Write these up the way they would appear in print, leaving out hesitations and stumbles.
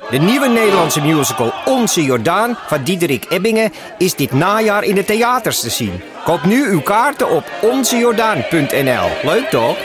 De nieuwe Nederlandse musical Onze Jordaan van Diederik Ebbingen is dit najaar in de theaters te zien. Koop nu uw kaarten op onzejordaan.nl. Leuk toch?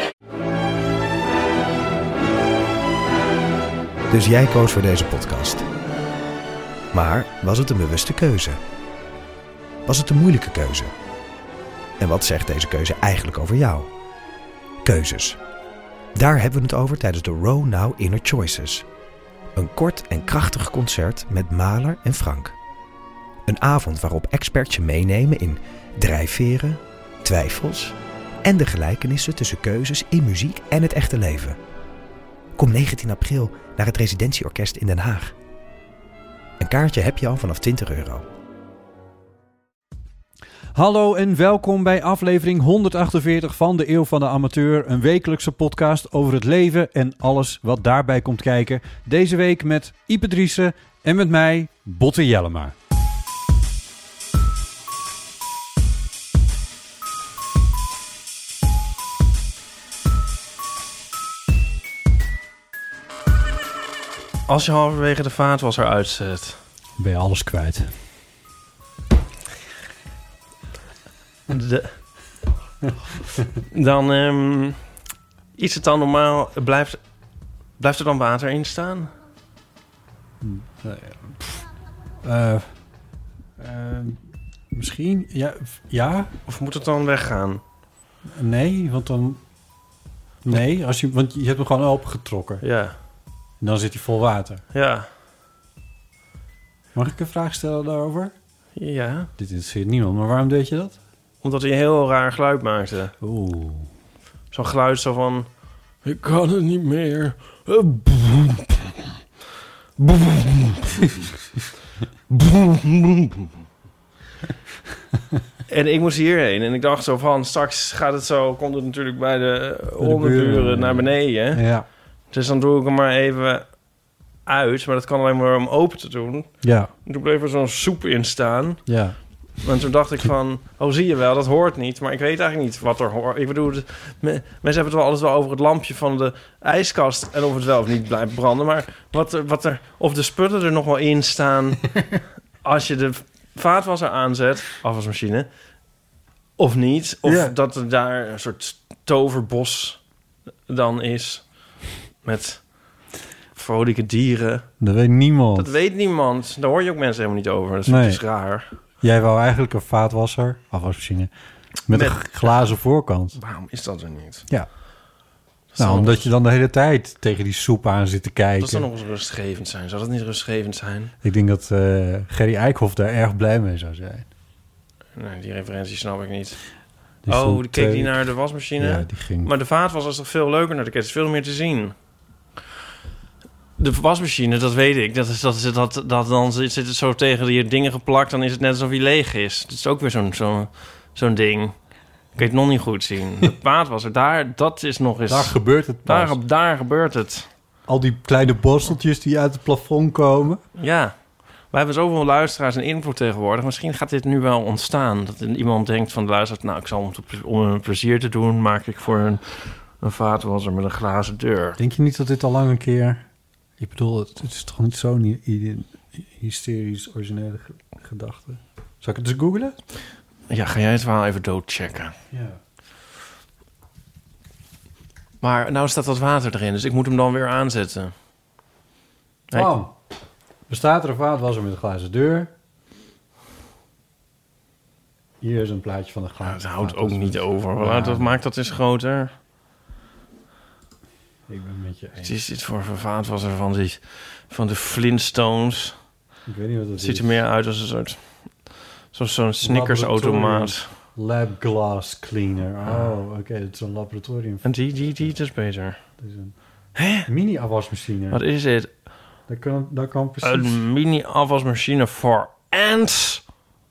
Dus jij koos voor deze podcast. Maar was het een bewuste keuze? Was het een moeilijke keuze? En wat zegt deze keuze eigenlijk over jou? Keuzes. Daar hebben we het over tijdens de Row Now Inner Choices. Een kort en krachtig concert met Mahler en Frank. Een avond waarop experts je meenemen in drijfveren, twijfels en de gelijkenissen tussen keuzes in muziek en het echte leven. Kom 19 april naar het Residentieorkest in Den Haag. Een kaartje heb je al vanaf €20. Hallo en welkom bij aflevering 148 van de Eeuw van de Amateur. Een wekelijkse podcast over het leven en alles wat daarbij komt kijken. Deze week met Ipe Driessen en met mij, Botte Jellema. Als je halverwege de vaatwasser uitzet, Ben je alles kwijt. Dan is het dan normaal. Blijft er dan water in staan? Misschien? Ja? Of moet het dan weggaan? Nee, want dan... Nee, want je hebt hem gewoon opengetrokken. Ja. En dan zit hij vol water. Ja. Mag ik een vraag stellen daarover? Ja. Dit interesseert niemand, maar waarom deed je dat? Omdat hij een heel raar geluid maakte. Oeh. Zo'n geluid zo van... Ik kan het niet meer. En ik moest hierheen. En ik dacht zo van... Straks komt het natuurlijk bij de onderburen naar beneden. Ja. Dus dan doe ik hem maar even uit. Maar dat kan alleen maar om open te doen. Ja. En toen bleef er zo'n soep in staan. Ja. En toen dacht ik van... Oh, zie je wel, dat hoort niet. Maar ik weet eigenlijk niet wat er hoort. Ik bedoel, mensen hebben het wel altijd wel over het lampje van de ijskast. En of het wel of niet blijft branden. Maar of de spullen er nog wel in staan... als je de vaatwasser aanzet, afwasmachine... of niet. Of dat er daar een soort toverbos dan is... met vrolijke dieren. Dat weet niemand. Dat weet niemand. Daar hoor je ook mensen helemaal niet over. Dat is raar. Jij wou eigenlijk een vaatwasser, afwasmachine, met een glazen voorkant. Waarom is dat er niet? Ja. Nou, omdat je dan de hele tijd tegen die soep aan zit te kijken. Dat zou nog eens rustgevend zijn. Zou dat niet rustgevend zijn? Ik denk dat Gerry Eikhoff daar erg blij mee zou zijn. Nee, die referentie snap ik niet. Die keek die naar de wasmachine? Ja, die ging... Maar de vaatwasser is toch veel leuker naar de kist. Veel meer te zien. De wasmachine, dat weet ik. Dat dan zit het zo tegen die dingen geplakt. Dan is het net alsof hij leeg is. Dat is ook weer zo'n ding. Ik weet het nog niet goed zien. De vaatwasser, dat is nog eens... Daar gebeurt het pas. Daar gebeurt het. Al die kleine borsteltjes die uit het plafond komen. Ja. We hebben zoveel luisteraars en invloed tegenwoordig. Misschien gaat dit nu wel ontstaan. Dat iemand denkt van de luisteraars... Nou, ik zal om een plezier te doen... maak ik voor een vaatwasser met een glazen deur. Denk je niet dat dit al lang een keer... Ik bedoel, het is toch niet zo'n hysterisch originele gedachte? Zal ik het eens googlen? Ja, ga jij het verhaal even doodchecken? Ja. Maar nou staat dat water erin, dus ik moet hem dan weer aanzetten. Bestaat er een vaatwasser met een glazen deur? Hier is een plaatje van de glazen. Het houdt ook niet over. Ja. Dat maakt dat eens groter. Ik ben met je eens. Het is dit voor een vaatwasser van de Flintstones. Ik weet niet wat het Het ziet is. er meer uit als een soort... Zo'n Snickers-automaat. Lab glass cleaner. Oh, oké. Dat is een laboratorium. En die is beter. Dat is een mini-afwasmachine. Wat is dit? Dat kan precies... Een mini-afwasmachine voor ants.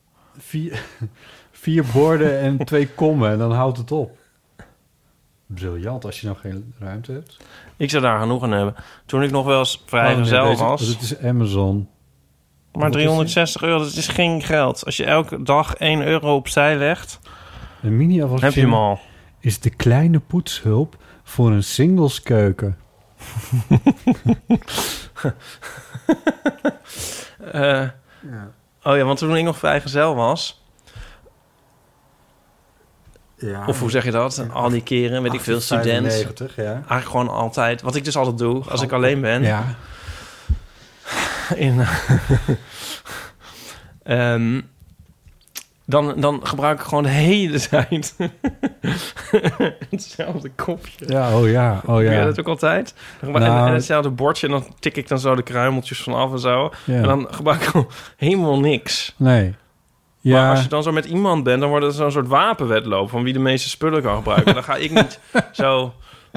4 borden en 2 kommen en dan houdt het op. Briljant als je nog geen ruimte hebt. Ik zou daar genoeg aan hebben. Toen ik nog wel eens vrijgezel was... Het is Amazon. Maar €360, dat is geen geld. Als je elke dag €1 opzij legt... Een mini-afwasmachine heb je hem al. Is de kleine poetshulp voor een singleskeuken. Oh ja, want toen ik nog vrijgezel was... Ja, of hoe zeg je dat? Al die keren, weet ik veel, student. 95, ja. Eigenlijk gewoon altijd... Wat ik dus altijd doe, als ik alleen ben... Ja. Dan gebruik ik gewoon de hele tijd hetzelfde kopje. Ja, oh ja. Doe je dat ook altijd? En hetzelfde bordje en dan tik ik dan zo de kruimeltjes vanaf en zo. Ja. En dan gebruik ik gewoon helemaal niks. Nee. Ja. Maar als je dan zo met iemand bent, dan wordt het zo'n soort wapenwedloop van wie de meeste spullen kan gebruiken. Dan ga ik niet zo...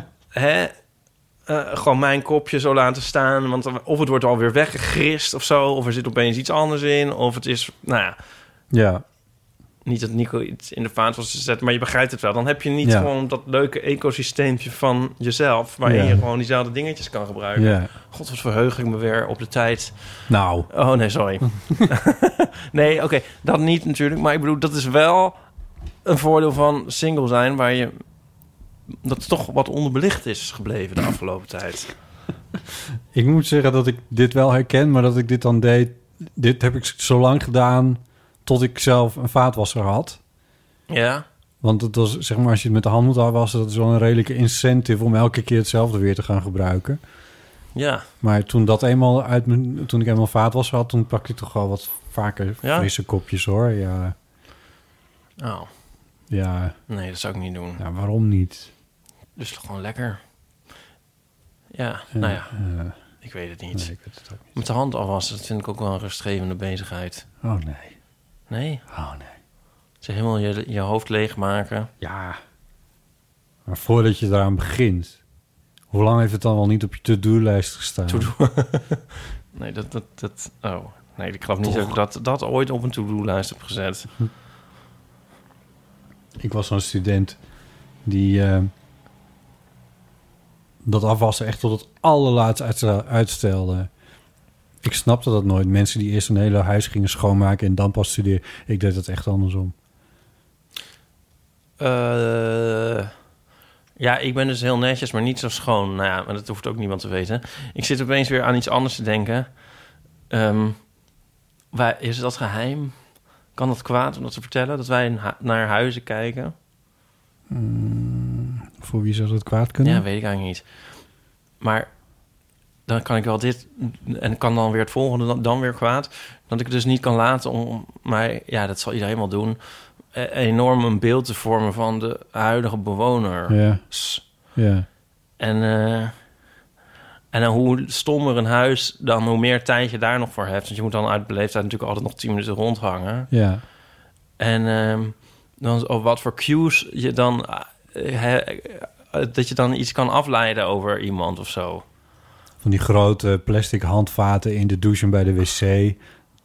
gewoon mijn kopje zo laten staan. Want of het wordt alweer weggegrist of zo. Of er zit opeens iets anders in. Of het is, nou ja... Ja. Niet dat Nico iets in de vaat was gezet, maar je begrijpt het wel. Dan heb je niet gewoon dat leuke ecosysteempje van jezelf... waarin je gewoon diezelfde dingetjes kan gebruiken. Ja. God, wat verheug ik me weer op de tijd. Nou. Oh, nee, sorry. Nee, oké, dat niet natuurlijk. Maar ik bedoel, dat is wel een voordeel van single zijn... waar je... dat het toch wat onderbelicht is gebleven de afgelopen tijd. Ik moet zeggen dat ik dit wel herken, maar dat ik dit dan deed... Dit heb ik zo lang gedaan tot ik zelf een vaatwasser had. Ja? Want het was, zeg maar, als je het met de hand moet afwassen... dat is wel een redelijke incentive om elke keer hetzelfde weer te gaan gebruiken. Ja. Maar toen toen ik eenmaal vaatwasser had... toen pakte ik toch wel wat vaker frisse kopjes, hoor. Ja. Oh. Ja. Nee, dat zou ik niet doen. Ja, waarom niet? Dus toch gewoon lekker. Ja, nou ja. Ik weet het niet. Nee, ik weet het ook niet. Met de hand afwassen, dat vind ik ook wel een rustgevende bezigheid. Oh, nee. Nee? Oh, nee. Ze helemaal je hoofd leegmaken. Ja. Maar voordat je eraan begint... hoe lang heeft het dan wel niet op je to-do-lijst gestaan? Nee, Oh, nee, ik geloof niet dat ik dat ooit op een to-do-lijst heb gezet. Ik was zo'n student die... dat afwassen echt tot het allerlaatst uitstelde. Ik snapte dat nooit. Mensen die eerst een hele huis gingen schoonmaken... en dan pas studeren. Ik deed dat echt andersom. Ja, ik ben dus heel netjes, maar niet zo schoon. Nou ja, maar dat hoeft ook niemand te weten. Ik zit opeens weer aan iets anders te denken. Is dat geheim? Kan dat kwaad om dat te vertellen? Dat wij naar huizen kijken? Voor wie zou dat kwaad kunnen? Ja, weet ik eigenlijk niet. Maar dan kan ik wel dit... en kan dan weer het volgende dan weer kwaad. Dat ik het dus niet kan laten om... maar ja, dat zal iedereen wel doen... enorm een beeld te vormen van de huidige bewoner. Ja. Ja. En dan hoe stommer een huis... dan hoe meer tijd je daar nog voor hebt. Want je moet dan uit beleefdheid natuurlijk altijd nog 10 minuten rondhangen. Ja. En dan wat voor cues je dan... dat je dan iets kan afleiden over iemand of zo. Van die grote plastic handvaten in de douche en bij de wc.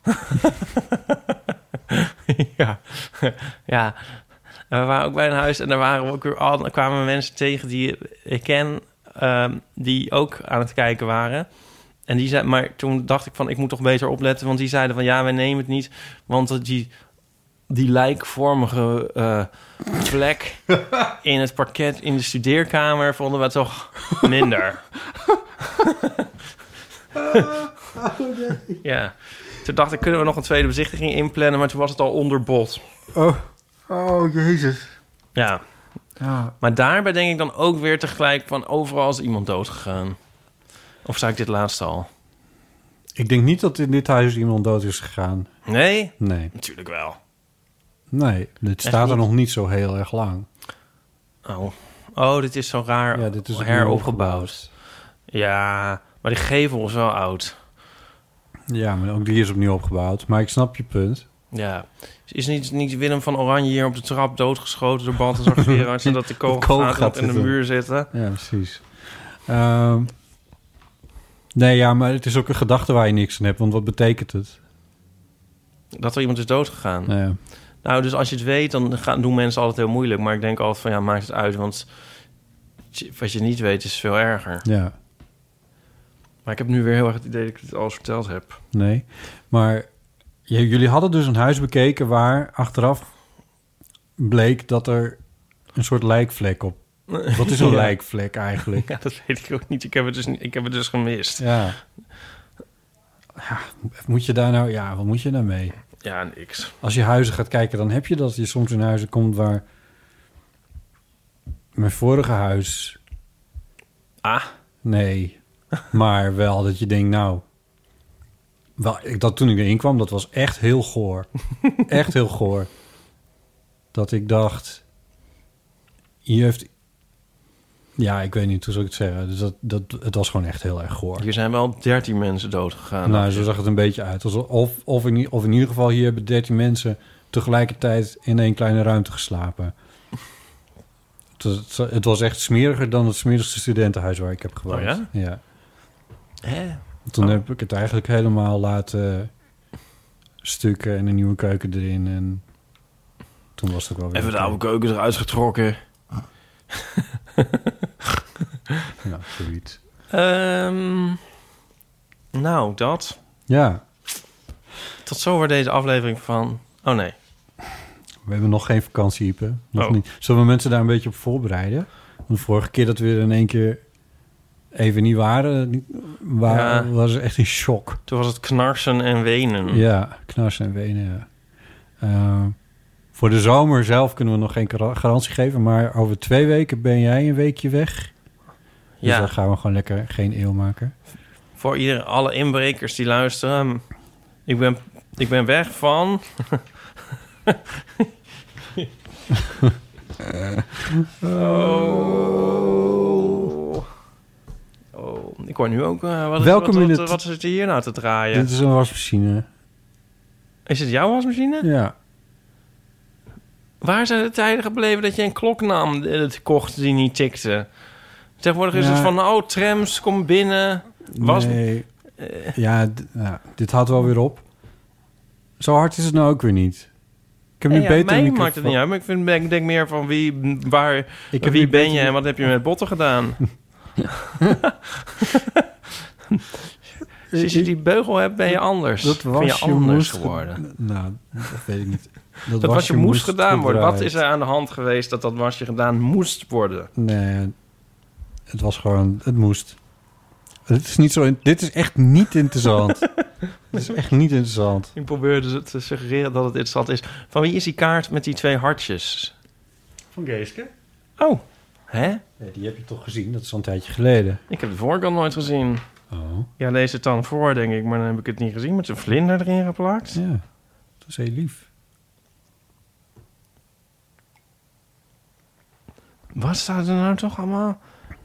Ja. Ja. En we waren ook bij een huis en daar kwamen mensen tegen die ik ken... die ook aan het kijken waren. En die zei, maar toen dacht ik van, ik moet toch beter opletten... want die zeiden van, ja, wij nemen het niet... want die lijkvormige vlek in het parket in de studeerkamer... vonden we toch minder. Ja. Toen dacht ik, kunnen we nog een tweede bezichtiging inplannen... maar toen was het al onder bod. Oh, jezus. Ja. Ja. Maar daarbij denk ik dan ook weer tegelijk van... overal is iemand doodgegaan. Of zei ik dit laatst al? Ik denk niet dat in dit huis iemand dood is gegaan. Nee? Nee. Natuurlijk wel. Nee, dit staat er nog niet zo heel erg lang. Oh, dit is zo raar dit is heropgebouwd. Ja, maar die gevel is wel oud. Ja, maar ook die is opnieuw opgebouwd. Maar ik snap je punt. Ja. Is niet Willem van Oranje hier op de trap doodgeschoten door Balthazar Gerards... zodat de kogelgaten in de muur zitten? Ja, precies. Nee, ja, maar het is ook een gedachte waar je niks aan hebt. Want wat betekent het? Dat er iemand is doodgegaan. Ja. Nou, dus als je het weet, dan doen mensen altijd heel moeilijk. Maar ik denk altijd van, ja, maakt het uit. Want wat je niet weet, is veel erger. Ja. Maar ik heb nu weer heel erg het idee dat ik het alles verteld heb. Nee, maar jullie hadden dus een huis bekeken... waar achteraf bleek dat er een soort lijkvlek op... Wat is een lijkvlek eigenlijk? Ja, dat weet ik ook niet. Ik heb het dus gemist. Ja. Moet je daar nou... Ja, wat moet je daarmee? Ja, niks. Als je huizen gaat kijken, dan heb je dat je soms in huizen komt waar... Mijn vorige huis... Nee. Maar wel dat je denkt, nou... Dat toen ik erin kwam, dat was echt heel goor. Echt heel goor. Dat ik dacht... Hier heeft... Ja, ik weet niet hoe zou ik het zeggen. Dus het was gewoon echt heel erg goor. Hier zijn wel 13 mensen dood gegaan. Nou, zo zag het een beetje uit. Of in ieder geval hier hebben 13 mensen... tegelijkertijd in één kleine ruimte geslapen. Het was echt smeriger dan het smerigste studentenhuis waar ik heb gewoond. Oh ja? Ja. Hè? Toen heb ik het eigenlijk helemaal laten stukken en een nieuwe keuken erin. En toen was het ook wel weer... Even de oude keuken eruit getrokken. Ja, zoiets. Nou, dat. Ja. Tot zover deze aflevering van... Oh nee. We hebben nog geen vakantie, Ipe. Nog Oh. niet. Zullen we mensen daar een beetje op voorbereiden? Want de vorige keer dat we er in één keer even niet waren... was het echt een shock. Toen was het knarsen en wenen. Ja, knarsen en wenen, ja. Voor de zomer zelf kunnen we nog geen garantie geven... maar over 2 weken ben jij een weekje weg. Dus Ja. dan gaan we gewoon lekker geen eeuw maken. Voor alle inbrekers die luisteren... Ik ben weg van... Ik hoor nu ook... Wat zit hier nou te draaien? Dit is een wasmachine. Is het jouw wasmachine? Ja. Waar zijn de tijden gebleven dat je een klok nam kocht die niet tikte? Tegenwoordig is Ja. het van, trams, kom binnen. Nee. Dit houdt wel weer op. Zo hard is het nou ook weer niet. Ik heb nu beter mij microfoon. maakt het niet uit, maar ik denk meer van wie heb ben beter- je en wat heb je met botten gedaan? Sinds je die beugel hebt, ben je anders. Dat ben je wasje anders moest geworden. Nou, dat weet ik niet. Dat wasje moest gedaan worden. Wat gedraaid. is er aan de hand geweest dat wasje gedaan moest worden? Nee, het was gewoon... Het moest. Het is niet zo... Dit is echt niet interessant. Het is echt niet interessant. Ik probeerde te suggereren dat het interessant is. Van wie is die kaart met die 2 hartjes? Van Geeske? Oh, hè? Ja, die heb je toch gezien? Dat is al een tijdje geleden. Ik heb de voorkant nooit gezien. Oh. Ja, lees het dan voor, denk ik. Maar dan heb ik het niet gezien met een vlinder erin geplakt. Ja, dat is heel lief. Wat staat er nou toch allemaal?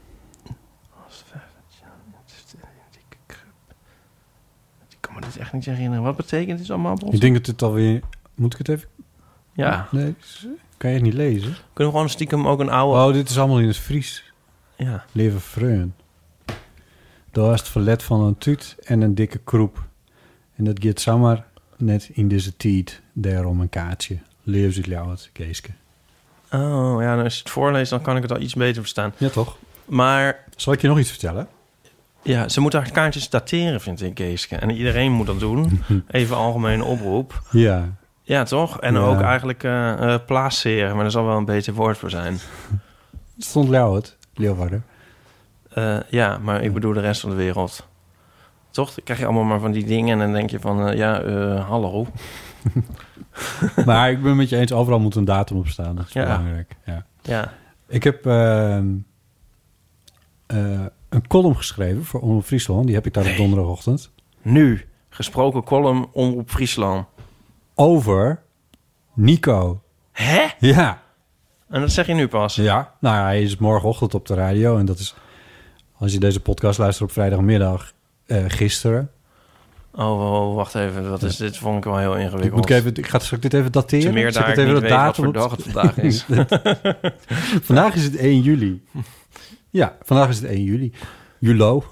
Ik kan me dit echt niet herinneren. Wat betekent dit allemaal? Ik denk dat het alweer... Moet ik het even... Ja. Nee, kan je het niet lezen? Kunnen we gewoon stiekem ook een oude... Oh, dit is allemaal in het Fries. Ja. Leven vreun. Daar is het verlet van een tuut en een dikke kroep. En dat gaat zomaar net in deze tijd. Daarom een kaartje. Leef het jou het, Geeske. Oh, ja, als je het voorleest, dan kan ik het al iets beter verstaan. Ja, toch? Maar Zal ik je nog iets vertellen? ja, ze moeten haar kaartjes dateren, vind ik, Geeske. En iedereen moet dat doen. Even algemene oproep. Ja. Ja, toch? En Ja. ook eigenlijk placeren, maar er zal wel een beter woord voor zijn. Het stond Leeuwarden. Leeuwarden. Ja, maar ik bedoel de rest van de wereld. Toch? Dan krijg je allemaal maar van die dingen en dan denk je van, hallo. Maar ik ben met je eens, overal moet een datum op staan. Dat is Ja. belangrijk. Ja. Ja. Ik heb een column geschreven voor Omroep Friesland. Die heb ik daar op donderdagochtend. Nu, gesproken column Omroep Friesland. Over Nico. Hè? Ja. En dat zeg je nu pas? Ja. Nou ja, hij is morgenochtend op de radio. En dat is, als je deze podcast luistert op vrijdagmiddag, gisteren. Oh, wacht even. Wat is dit? Vond ik wel heel ingewikkeld. Ik ga straks dit even dateren. Te meer Zal daar ik ik het niet even weet de wat voor datum dag het vandaag is. Vandaag is het 1 juli. Ja, vandaag is het 1 juli. Julo.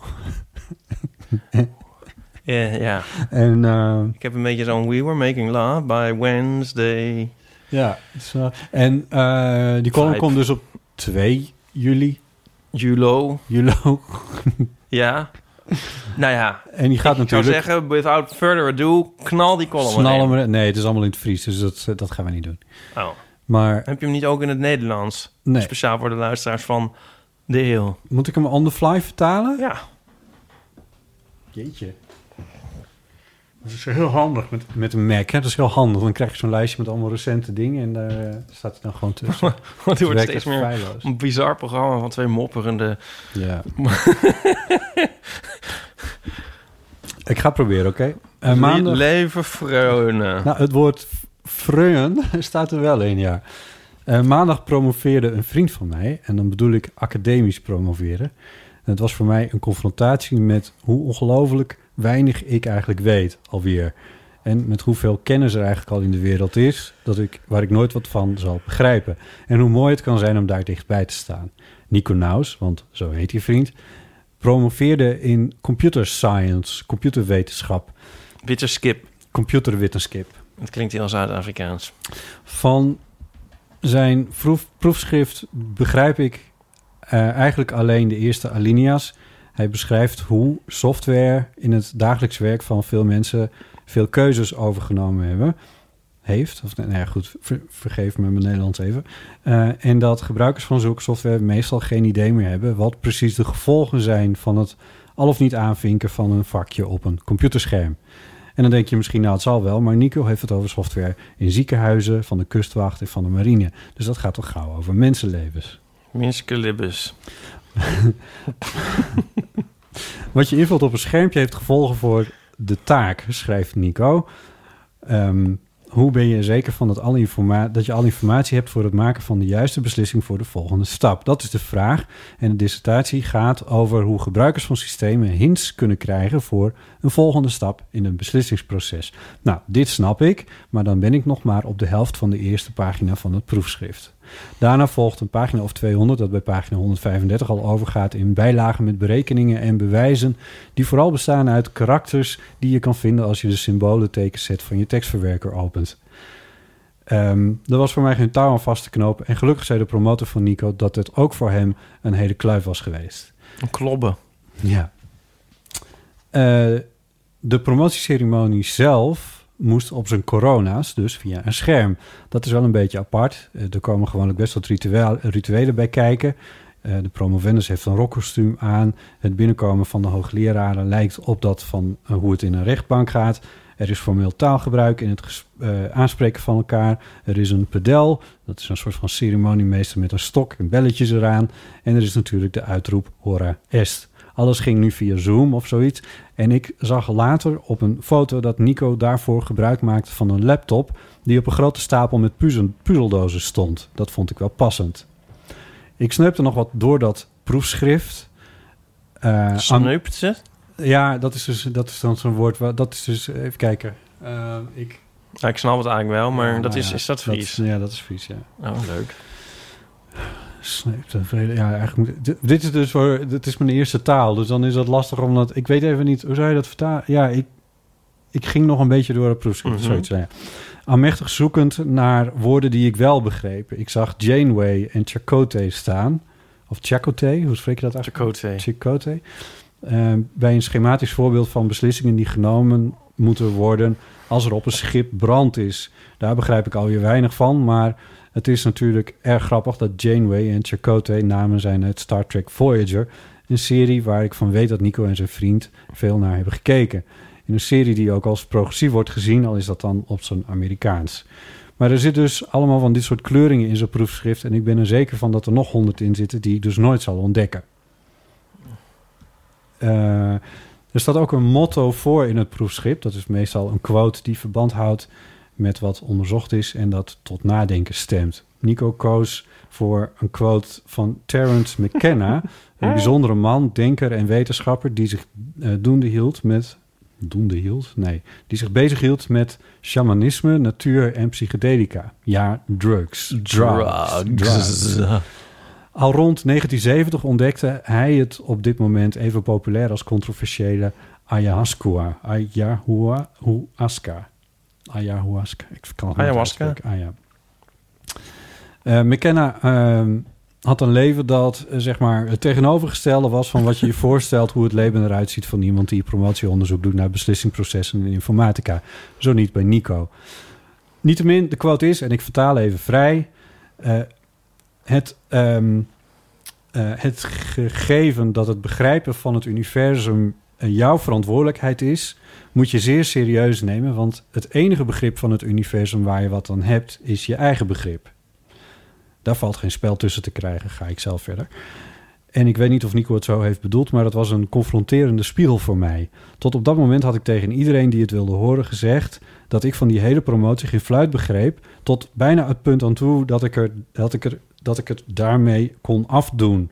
Ja. En Ik heb een beetje zo'n We Were Making Love by Wednesday. ja, en die column Vibe. komt dus op 2 juli. Julo. Julo. Ja. Nou ja. En die gaat Ik zou natuurlijk... zeggen, without further ado, knal die column Snallen erin. we... Nee, het is allemaal in het Fries, dus dat gaan we niet doen. Oh. Maar Heb je hem niet ook in het Nederlands? nee, Speciaal voor de luisteraars van De Eeuw. moet ik hem on the fly vertalen? Ja. Jeetje. is heel handig met een Mac. Hè? Dat is heel handig. Dan krijg je zo'n lijstje met allemaal recente dingen en daar staat het dan gewoon tussen. Want die wordt werkt steeds echt meer feilloos. een bizar programma van twee mopperende... Ja. Ik ga proberen, oké? Maandag... Leven vreugde. Nou, het woord vreun staat er wel in, ja. Maandag promoveerde een vriend van mij, en dan bedoel ik academisch promoveren. En het was voor mij een confrontatie met hoe ongelooflijk weinig ik eigenlijk weet alweer. En met hoeveel kennis er eigenlijk al in de wereld is, waar ik nooit wat van zal begrijpen. En hoe mooi het kan zijn om daar dichtbij te staan. Nico Naus, want zo heet die vriend, promoveerde in computer science, computerwetenschap. Computerwetenschap. Het klinkt heel Zuid-Afrikaans. Van zijn proefschrift begrijp ik eigenlijk alleen de eerste alinea's. Hij beschrijft hoe software in het dagelijks werk van veel mensen veel keuzes overgenomen heeft. Of, nou ja, goed, vergeef me mijn Nederlands even. En dat gebruikers van zulke software meestal geen idee meer hebben wat precies de gevolgen zijn van het al of niet aanvinken van een vakje op een computerscherm. En dan denk je misschien, nou het zal wel, maar Nico heeft het over software in ziekenhuizen, van de kustwacht en van de marine. Dus dat gaat toch gauw over mensenlevens. Mensenlevens. Wat je invult op een schermpje heeft gevolgen voor de taak, schrijft Nico. Hoe ben je zeker van dat je al informatie hebt voor het maken van de juiste beslissing voor de volgende stap? Dat is de vraag. En de dissertatie gaat over hoe gebruikers van systemen hints kunnen krijgen voor een volgende stap in een beslissingsproces. Nou, dit snap ik, maar dan ben ik nog maar op de helft van de eerste pagina van het proefschrift. Daarna volgt een pagina of 200, dat bij pagina 135 al overgaat in bijlagen met berekeningen en bewijzen, die vooral bestaan uit karakters die je kan vinden als je de symbolentekenset van je tekstverwerker opent. Er was voor mij geen touw aan vast te knopen en gelukkig zei de promotor van Nico dat het ook voor hem een hele kluif was geweest. Een klobben. Ja. De promotieceremonie zelf moest op zijn corona's, dus via een scherm. Dat is wel een beetje apart. Er komen gewoonlijk best wat rituelen bij kijken. De promovendus heeft een rokkostuum aan. Het binnenkomen van de hoogleraren lijkt op dat van hoe het in een rechtbank gaat. Er is formeel taalgebruik in het aanspreken van elkaar. Er is een pedel, dat is een soort van ceremoniemeester met een stok en belletjes eraan. En er is natuurlijk de uitroep hora est. Alles ging nu via Zoom of zoiets. En ik zag later op een foto dat Nico daarvoor gebruik maakte van een laptop die op een grote stapel met puzzeldozen stond. Dat vond ik wel passend. Ik sneupte nog wat door dat proefschrift. Sneupt ze? Ja, dat is dan zo'n woord. Dat is dus, even kijken. Ja, ik snap het eigenlijk wel, maar is dat Fries? Dat is Fries, ja. Oh, leuk. Ja, eigenlijk dit is dus dit is mijn eerste taal, dus dan is dat lastig omdat ik weet even niet hoe zou je dat vertalen. Ja, ik ging nog een beetje door het proefschrift, zoiets. Ja. Aanmächtig zoekend naar woorden die ik wel begreep. Ik zag Janeway en Chakotay staan, of Chakotay, hoe spreek je dat uit? Chakotay. Bij een schematisch voorbeeld van beslissingen die genomen moeten worden als er op een schip brand is. Daar begrijp ik alweer weinig van, maar het is natuurlijk erg grappig dat Janeway en Chakotay namen zijn uit Star Trek Voyager. Een serie waar ik van weet dat Nico en zijn vriend veel naar hebben gekeken. In een serie die ook als progressief wordt gezien, al is dat dan op zijn Amerikaans. Maar er zit dus allemaal van dit soort kleuringen in zijn proefschrift. En ik ben er zeker van dat er nog 100 in zitten die ik dus nooit zal ontdekken. Er staat ook een motto voor in het proefschrift. Dat is meestal een quote die verband houdt met wat onderzocht is en dat tot nadenken stemt. Nico koos voor een quote van Terence McKenna, een bijzondere man, denker en wetenschapper die zich die zich bezighield met shamanisme, natuur en psychedelica. Ja, drugs. Al rond 1970 ontdekte hij het op dit moment even populair als controversiële ayahuasca. Ik kan het ayahuasca. McKenna had een leven dat zeg maar het tegenovergestelde was van wat je je voorstelt hoe het leven eruit ziet van iemand die promotieonderzoek doet naar beslissingsprocessen in informatica. Zo niet bij Nico. Niettemin, de quote is, en ik vertaal even vrij, het gegeven dat het begrijpen van het universum jouw verantwoordelijkheid is, moet je zeer serieus nemen. Want het enige begrip van het universum waar je wat aan hebt, is je eigen begrip. Daar valt geen spel tussen te krijgen, ga ik zelf verder. En ik weet niet of Nico het zo heeft bedoeld, maar dat was een confronterende spiegel voor mij. Tot op dat moment had ik tegen iedereen die het wilde horen gezegd dat ik van die hele promotie geen fluit begreep, tot bijna het punt aan toe dat ik het daarmee kon afdoen.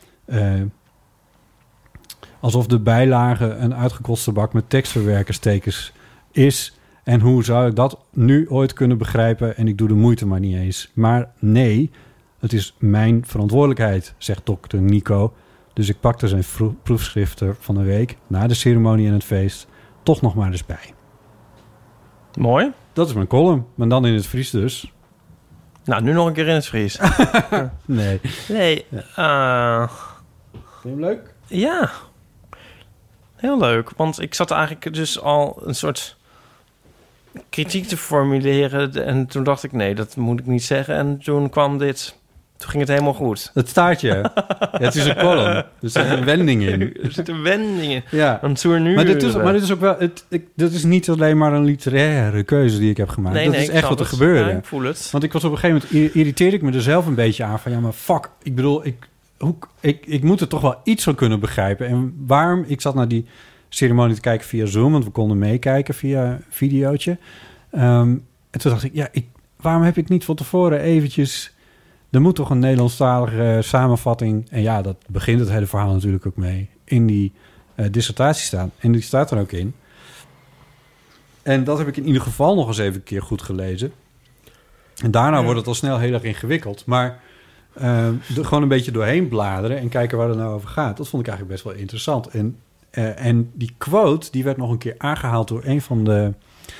Alsof de bijlage een uitgekoste bak met tekstverwerkerstekens is. En hoe zou ik dat nu ooit kunnen begrijpen? En ik doe de moeite maar niet eens. Maar nee, het is mijn verantwoordelijkheid, zegt dokter Nico. Dus ik pakte zijn proefschriften van de week, na de ceremonie en het feest, toch nog maar eens bij. Mooi. Dat is mijn column, maar dan in het Fries dus. Nou, nu nog een keer in het Fries. Nee. Nee. Vind je hem leuk? Ja. Heel leuk. Want ik zat eigenlijk dus al een soort kritiek te formuleren. En toen dacht ik, nee, dat moet ik niet zeggen. En toen kwam dit. Toen ging het helemaal goed. Het staartje. Ja, het is een column. Er zit een wending in. Er zitten wendingen. Ja. Een tournure. Maar dit is ook wel... dit is niet alleen maar een literaire keuze die ik heb gemaakt. Nee, dat is echt wat er het. gebeurde. Ja, ik voel het. Want ik was op een gegeven moment... irriteerde ik me er zelf een beetje aan. Van ja, maar fuck. Ik bedoel, ik moet er toch wel iets van kunnen begrijpen. En waarom... Ik zat naar die ceremonie te kijken via Zoom. Want we konden meekijken via een videootje. En toen dacht ik... Ja, waarom heb ik niet van tevoren eventjes... Er moet toch een Nederlandstalige samenvatting... En ja, dat begint het hele verhaal natuurlijk ook mee... in die dissertatie staan. En die staat er ook in. En dat heb ik in ieder geval nog eens even een keer goed gelezen. En daarna wordt het al snel heel erg ingewikkeld. Maar gewoon een beetje doorheen bladeren... en kijken waar het nou over gaat... dat vond ik eigenlijk best wel interessant. En die quote, die werd nog een keer aangehaald... door een van de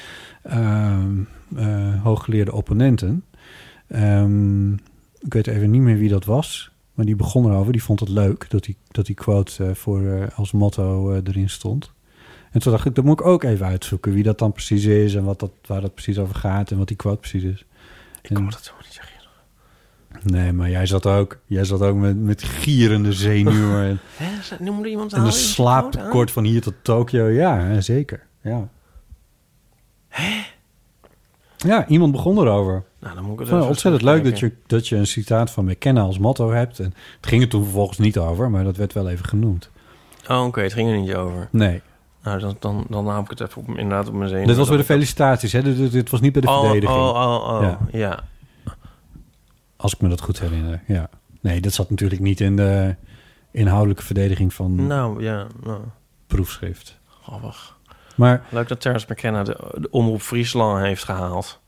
hooggeleerde opponenten... ik weet even niet meer wie dat was, maar die begon erover. Die vond het leuk dat die quote als motto erin stond. En toen dacht ik, dat moet ik ook even uitzoeken wie dat dan precies is en waar dat precies over gaat en wat die quote precies is. Ik kon dat zo niet zeggen. Nee, maar jij zat ook met gierende zenuwen. Noemde iemand en een slaaptekort van hier tot Tokio. Ja, zeker. Ja. Hè? Ja, iemand begon erover. Nou, dan moet ik het ontzettend leuk dat je een citaat van McKenna als motto hebt. En het ging er toen vervolgens niet over, maar dat werd wel even genoemd. Oh, oké, het ging er niet over. Nee. Nou, dan hou ik het even inderdaad op mijn zenuwen. Dit was bij de felicitaties, hè? Dit was niet bij de verdediging. Ja. Als ik me dat goed herinner, ja. Nee, dat zat natuurlijk niet in de inhoudelijke verdediging van proefschrift. Grappig. Maar leuk dat Terence McKenna de Omroep Friesland heeft gehaald.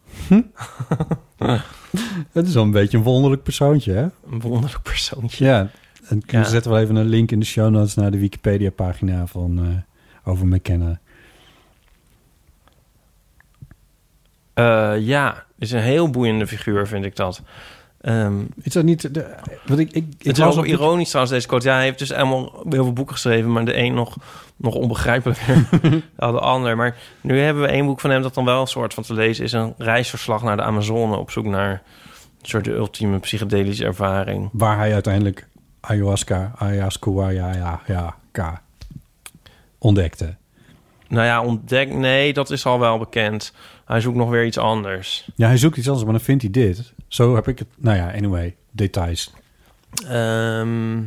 Het is wel een beetje een wonderlijk persoontje, hè? Een wonderlijk persoontje. Ja, en we zetten wel even een link in de show notes naar de Wikipedia-pagina van over McKenna. Ja, is een heel boeiende figuur, vind ik dat. Is dat niet... Ik het is ook ironisch trouwens, deze quote. Ja, hij heeft dus helemaal heel veel boeken geschreven... maar de een nog onbegrijpelijker dan de ander. Maar nu hebben we één boek van hem... dat dan wel een soort van te lezen is... een reisverslag naar de Amazone... op zoek naar een soort de ultieme psychedelische ervaring. Waar hij uiteindelijk ayahuasca ontdekte. Nou ja, nee, dat is al wel bekend. Hij zoekt nog weer iets anders. Ja, hij zoekt iets anders, maar dan vindt hij dit. Zo heb ik het... Nou ja, anyway, details. In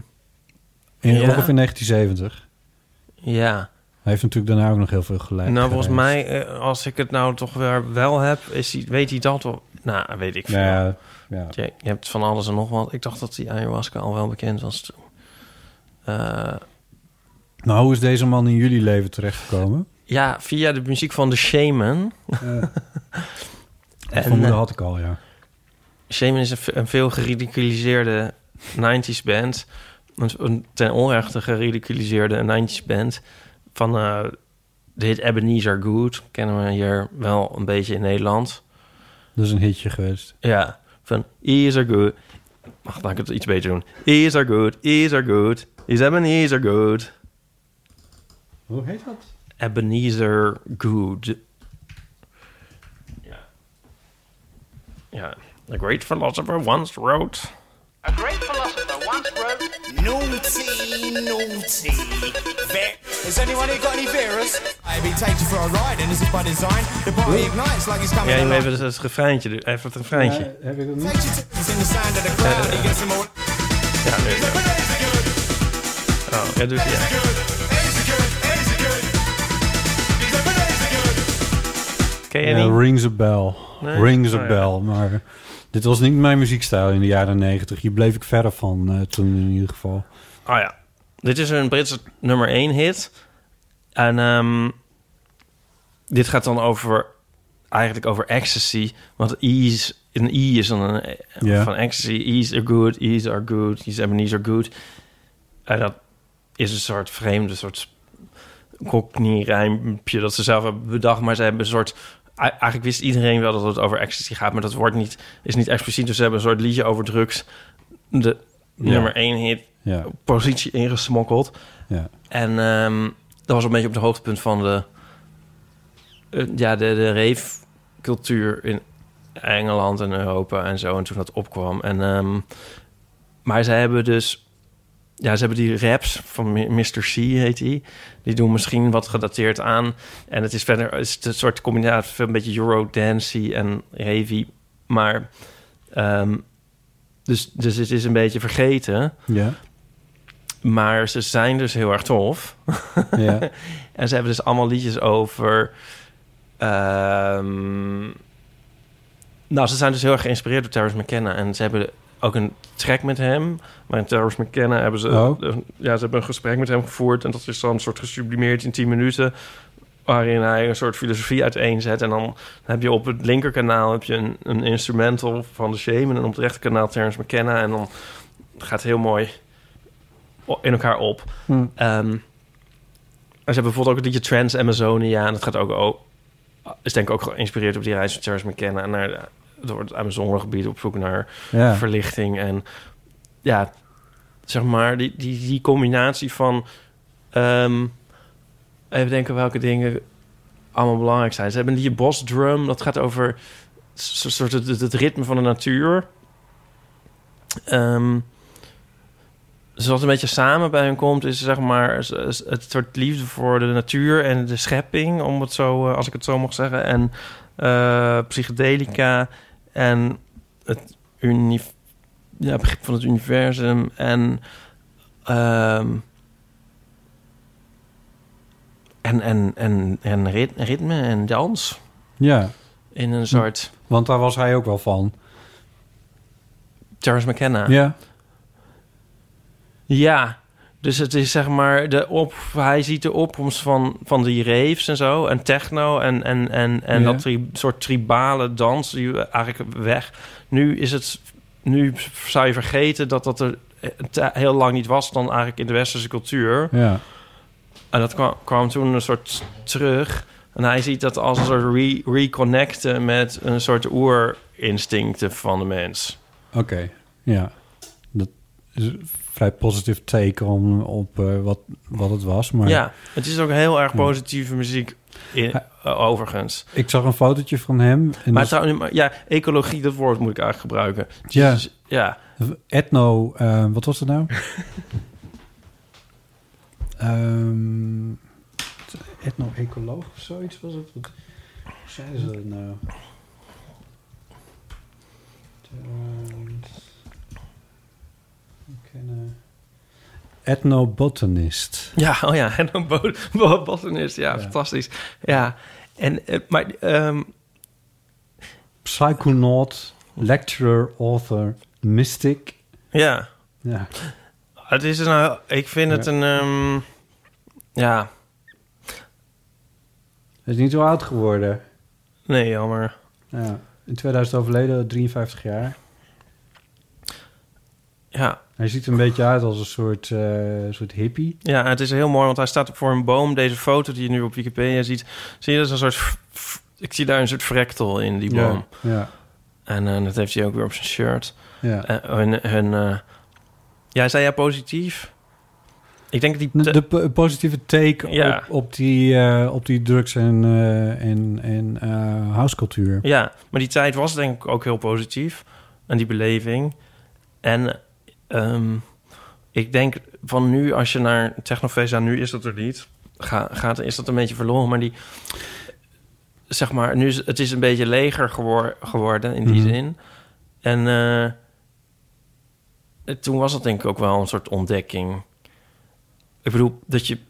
1970. Ja. Hij heeft natuurlijk daarna ook nog heel veel geleid. Nou, volgens mij, als ik het nou toch weer wel heb... weet hij dat wel? Nou, weet ik veel. Ja. Je hebt van alles en nog wat. Ik dacht dat die ayahuasca al wel bekend was toen. Nou, hoe is deze man in jullie leven terechtgekomen? Ja, via de muziek van The Shaman. Vermoeden had ik al, ja. Shaman is een veel geridiculiseerde 90s band. Een ten onrechte geridiculiseerde 90s band. Van de hit Ebenezer Good. Kennen we hier wel een beetje in Nederland. Dat is een hitje geweest. Ja, van Is are good. Wacht, laat ik het iets beter doen. Is are good, is are good. Is Ebenezer Good. Hoe heet dat? Ebenezer Good. Ja. A great philosopher once wrote... A great philosopher once wrote... Naughty. Has anyone here got any virus? Maybe takes you for a ride and this is by design. The party ignites like it's coming Ja, je alive. even het refreintje. Even het refreintje. Heb ik dat niet? Takes you to in the sand of the crowd. He gets some more. Ja, nu. Oh, ja, doe het. Ja. Ken je niet? Rings a bell. Nee? Rings a Oh, ja. bell. Maar dit was niet mijn muziekstijl in de jaren 90. Hier bleef ik verder van toen in ieder geval. Oh ja. Dit is een Britse nummer 1 hit. En dit gaat dan eigenlijk over ecstasy. Want een E is dan Ja. van ecstasy. E's are good, E's are good, E's and E's are good. En dat is een soort vreemde soort cockney-rijmpje dat ze zelf hebben bedacht. Maar ze hebben een soort... Eigenlijk wist iedereen wel dat het over ecstasy gaat, maar dat is niet expliciet. Dus ze hebben een soort liedje over drugs. De nummer 1 hit positie ingesmokkeld. Ja. En dat was een beetje op het hoogtepunt van de rave-cultuur in Engeland en Europa en zo. En toen dat opkwam. Maar ze hebben dus... Ja, ze hebben die raps van Mr. C, heet die. Die doen misschien wat gedateerd aan. En het is verder een soort combinatie, een beetje Eurodance en ravey. Maar... Dus het is een beetje vergeten. Ja. Maar ze zijn dus heel erg tof. Ja. En ze hebben dus allemaal liedjes over... ze zijn dus heel erg geïnspireerd door Terence McKenna. En ze hebben ook een track met hem. Maar in Terence McKenna hebben ze... ze hebben een gesprek met hem gevoerd. En dat is dan een soort gesublimeerd in 10 minuten... waarin hij een soort filosofie uiteenzet. En dan heb je op het linkerkanaal heb je een instrumental van The Shaman... en op het rechterkanaal Terence McKenna. En dan gaat het heel mooi in elkaar op. En ze hebben bijvoorbeeld ook het liedje Trans Amazonia... en dat gaat ook is denk ik ook geïnspireerd op die reis van Terence McKenna... en naar door het Amazonegebied op zoek naar verlichting. En ja, zeg maar, die combinatie van... even denken welke dingen allemaal belangrijk zijn. Ze hebben die Boss Drum, dat gaat over soort het ritme van de natuur. Dus wat een beetje samen bij hen komt, is zeg maar het soort liefde voor de natuur en de schepping, om het zo, als ik het zo mag zeggen, en psychedelica en het begrip van het universum en ritme en dans. Ja. In een soort... Want daar was hij ook wel van. Terence McKenna. Ja. Ja. Dus het is zeg maar... hij ziet de opkomst van die raves en zo. En techno en dat soort tribale dans die eigenlijk weg. Nu zou je vergeten dat er heel lang niet was dan eigenlijk in de westerse cultuur. Ja. En dat kwam toen een soort terug. En hij ziet dat als een soort reconnecten met een soort oerinstincten van de mens. Oké, ja. Dat is een vrij positief take op wat het was. Maar ja, het is ook heel erg positieve muziek, overigens. Ik zag een fotootje van hem. En maar trouwens, ecologie, dat woord moet ik eigenlijk gebruiken. Ja. Etno, wat was het nou? Etno-ecoloog of zoiets was het? Hoe zeiden ze dat nou? Ethnobotanist. Ja, ethnobotanist. Ja, fantastisch. Ja, en maar... Psychonaut, lecturer, author, mystic. Ja. Ja. Het is ik vind het een... ja. Hij is niet zo oud geworden. Nee, jammer. Ja. In 2000 overleden, 53 jaar. Ja. Hij ziet er een beetje uit als een soort hippie. Ja, het is heel mooi, want hij staat voor een boom. Deze foto die je nu op Wikipedia ziet, zie je dat een soort... Ik zie daar een soort fractal in die boom. Ja. En dat heeft hij ook weer op zijn shirt. Ja. Zei jij positief? Ik denk dat de positieve take op die drugs en housecultuur. Ja, maar die tijd was denk ik ook heel positief. En die beleving. En ik denk van nu, als je naar technofeest gaat, nu is dat er niet. Is dat een beetje verloren, maar die... Zeg maar, nu het is een beetje leger geworden in die zin. En toen was dat denk ik ook wel een soort ontdekking. Ik bedoel, dat je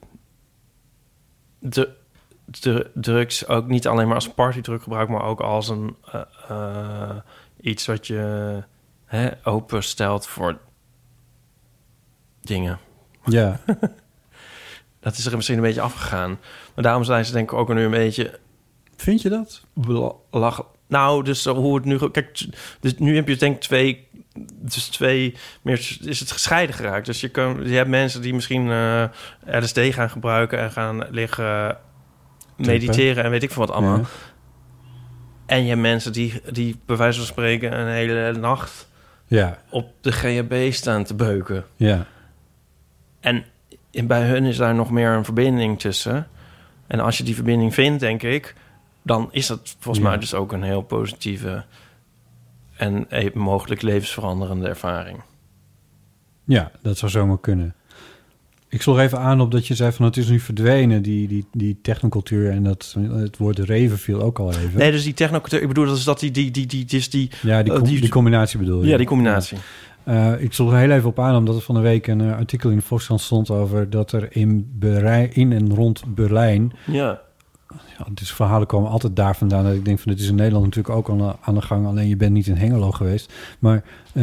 de drugs ook niet alleen maar als partydrug gebruikt, maar ook als een iets wat je openstelt voor dingen. Ja. Dat is er misschien een beetje afgegaan. Maar daarom zijn ze denk ik ook nu een beetje... Vind je dat? Lachen. Nou, dus hoe het nu... Kijk, dus nu heb je denk ik twee meer is het gescheiden geraakt. Dus je hebt mensen die misschien LSD gaan gebruiken en gaan liggen mediteren en weet ik veel wat allemaal. Ja. En je hebt mensen die bij wijze van spreken een hele nacht op de GHB staan te beuken. Ja. En bij hun is daar nog meer een verbinding tussen. En als je die verbinding vindt, denk ik, dan is dat volgens mij dus ook een heel positieve en mogelijk levensveranderende ervaring. Ja, dat zou zomaar kunnen. Ik sloeg even aan op dat je zei van het is nu verdwenen, die technocultuur, en dat het woord reven viel ook al even. Nee, dus die technocultuur, ik bedoel, dat is die combinatie bedoel je. Ja, die combinatie. Ja. Ik sloeg er heel even op aan, omdat er van de week een artikel in de Volkskrant stond over dat er in en rond Berlijn... Ja, dus verhalen komen altijd daar vandaan. Dat ik denk van, dit is in Nederland natuurlijk ook al aan de gang. Alleen je bent niet in Hengelo geweest. Maar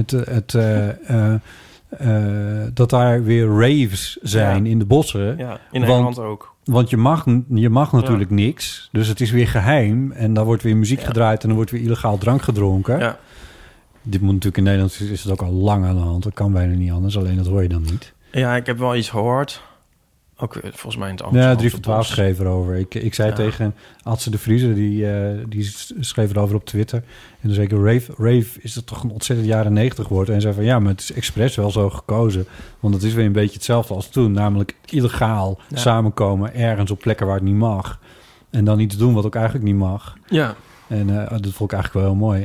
dat daar weer raves zijn in de bossen. Ja, in Nederland ook. Want je mag natuurlijk niks. Dus het is weer geheim. En dan wordt weer muziek gedraaid en dan wordt weer illegaal drank gedronken. Ja. Dit moet natuurlijk in Nederland, is het ook al lang aan de hand. Dat kan bijna niet anders, alleen dat hoor je dan niet. Ja, ik heb wel iets gehoord. Ook volgens mij in het Amsterdam. Ja, 3 voor 12 schreef erover. Ik zei tegen Adse de Vriezer, die schreef erover op Twitter. En dan zei ik, rave is dat toch een ontzettend jaren 90 woord. En zei van, ja, maar het is expres wel zo gekozen. Want het is weer een beetje hetzelfde als toen. Namelijk illegaal samenkomen ergens op plekken waar het niet mag. En dan iets doen wat ook eigenlijk niet mag. Ja. En dat vond ik eigenlijk wel heel mooi.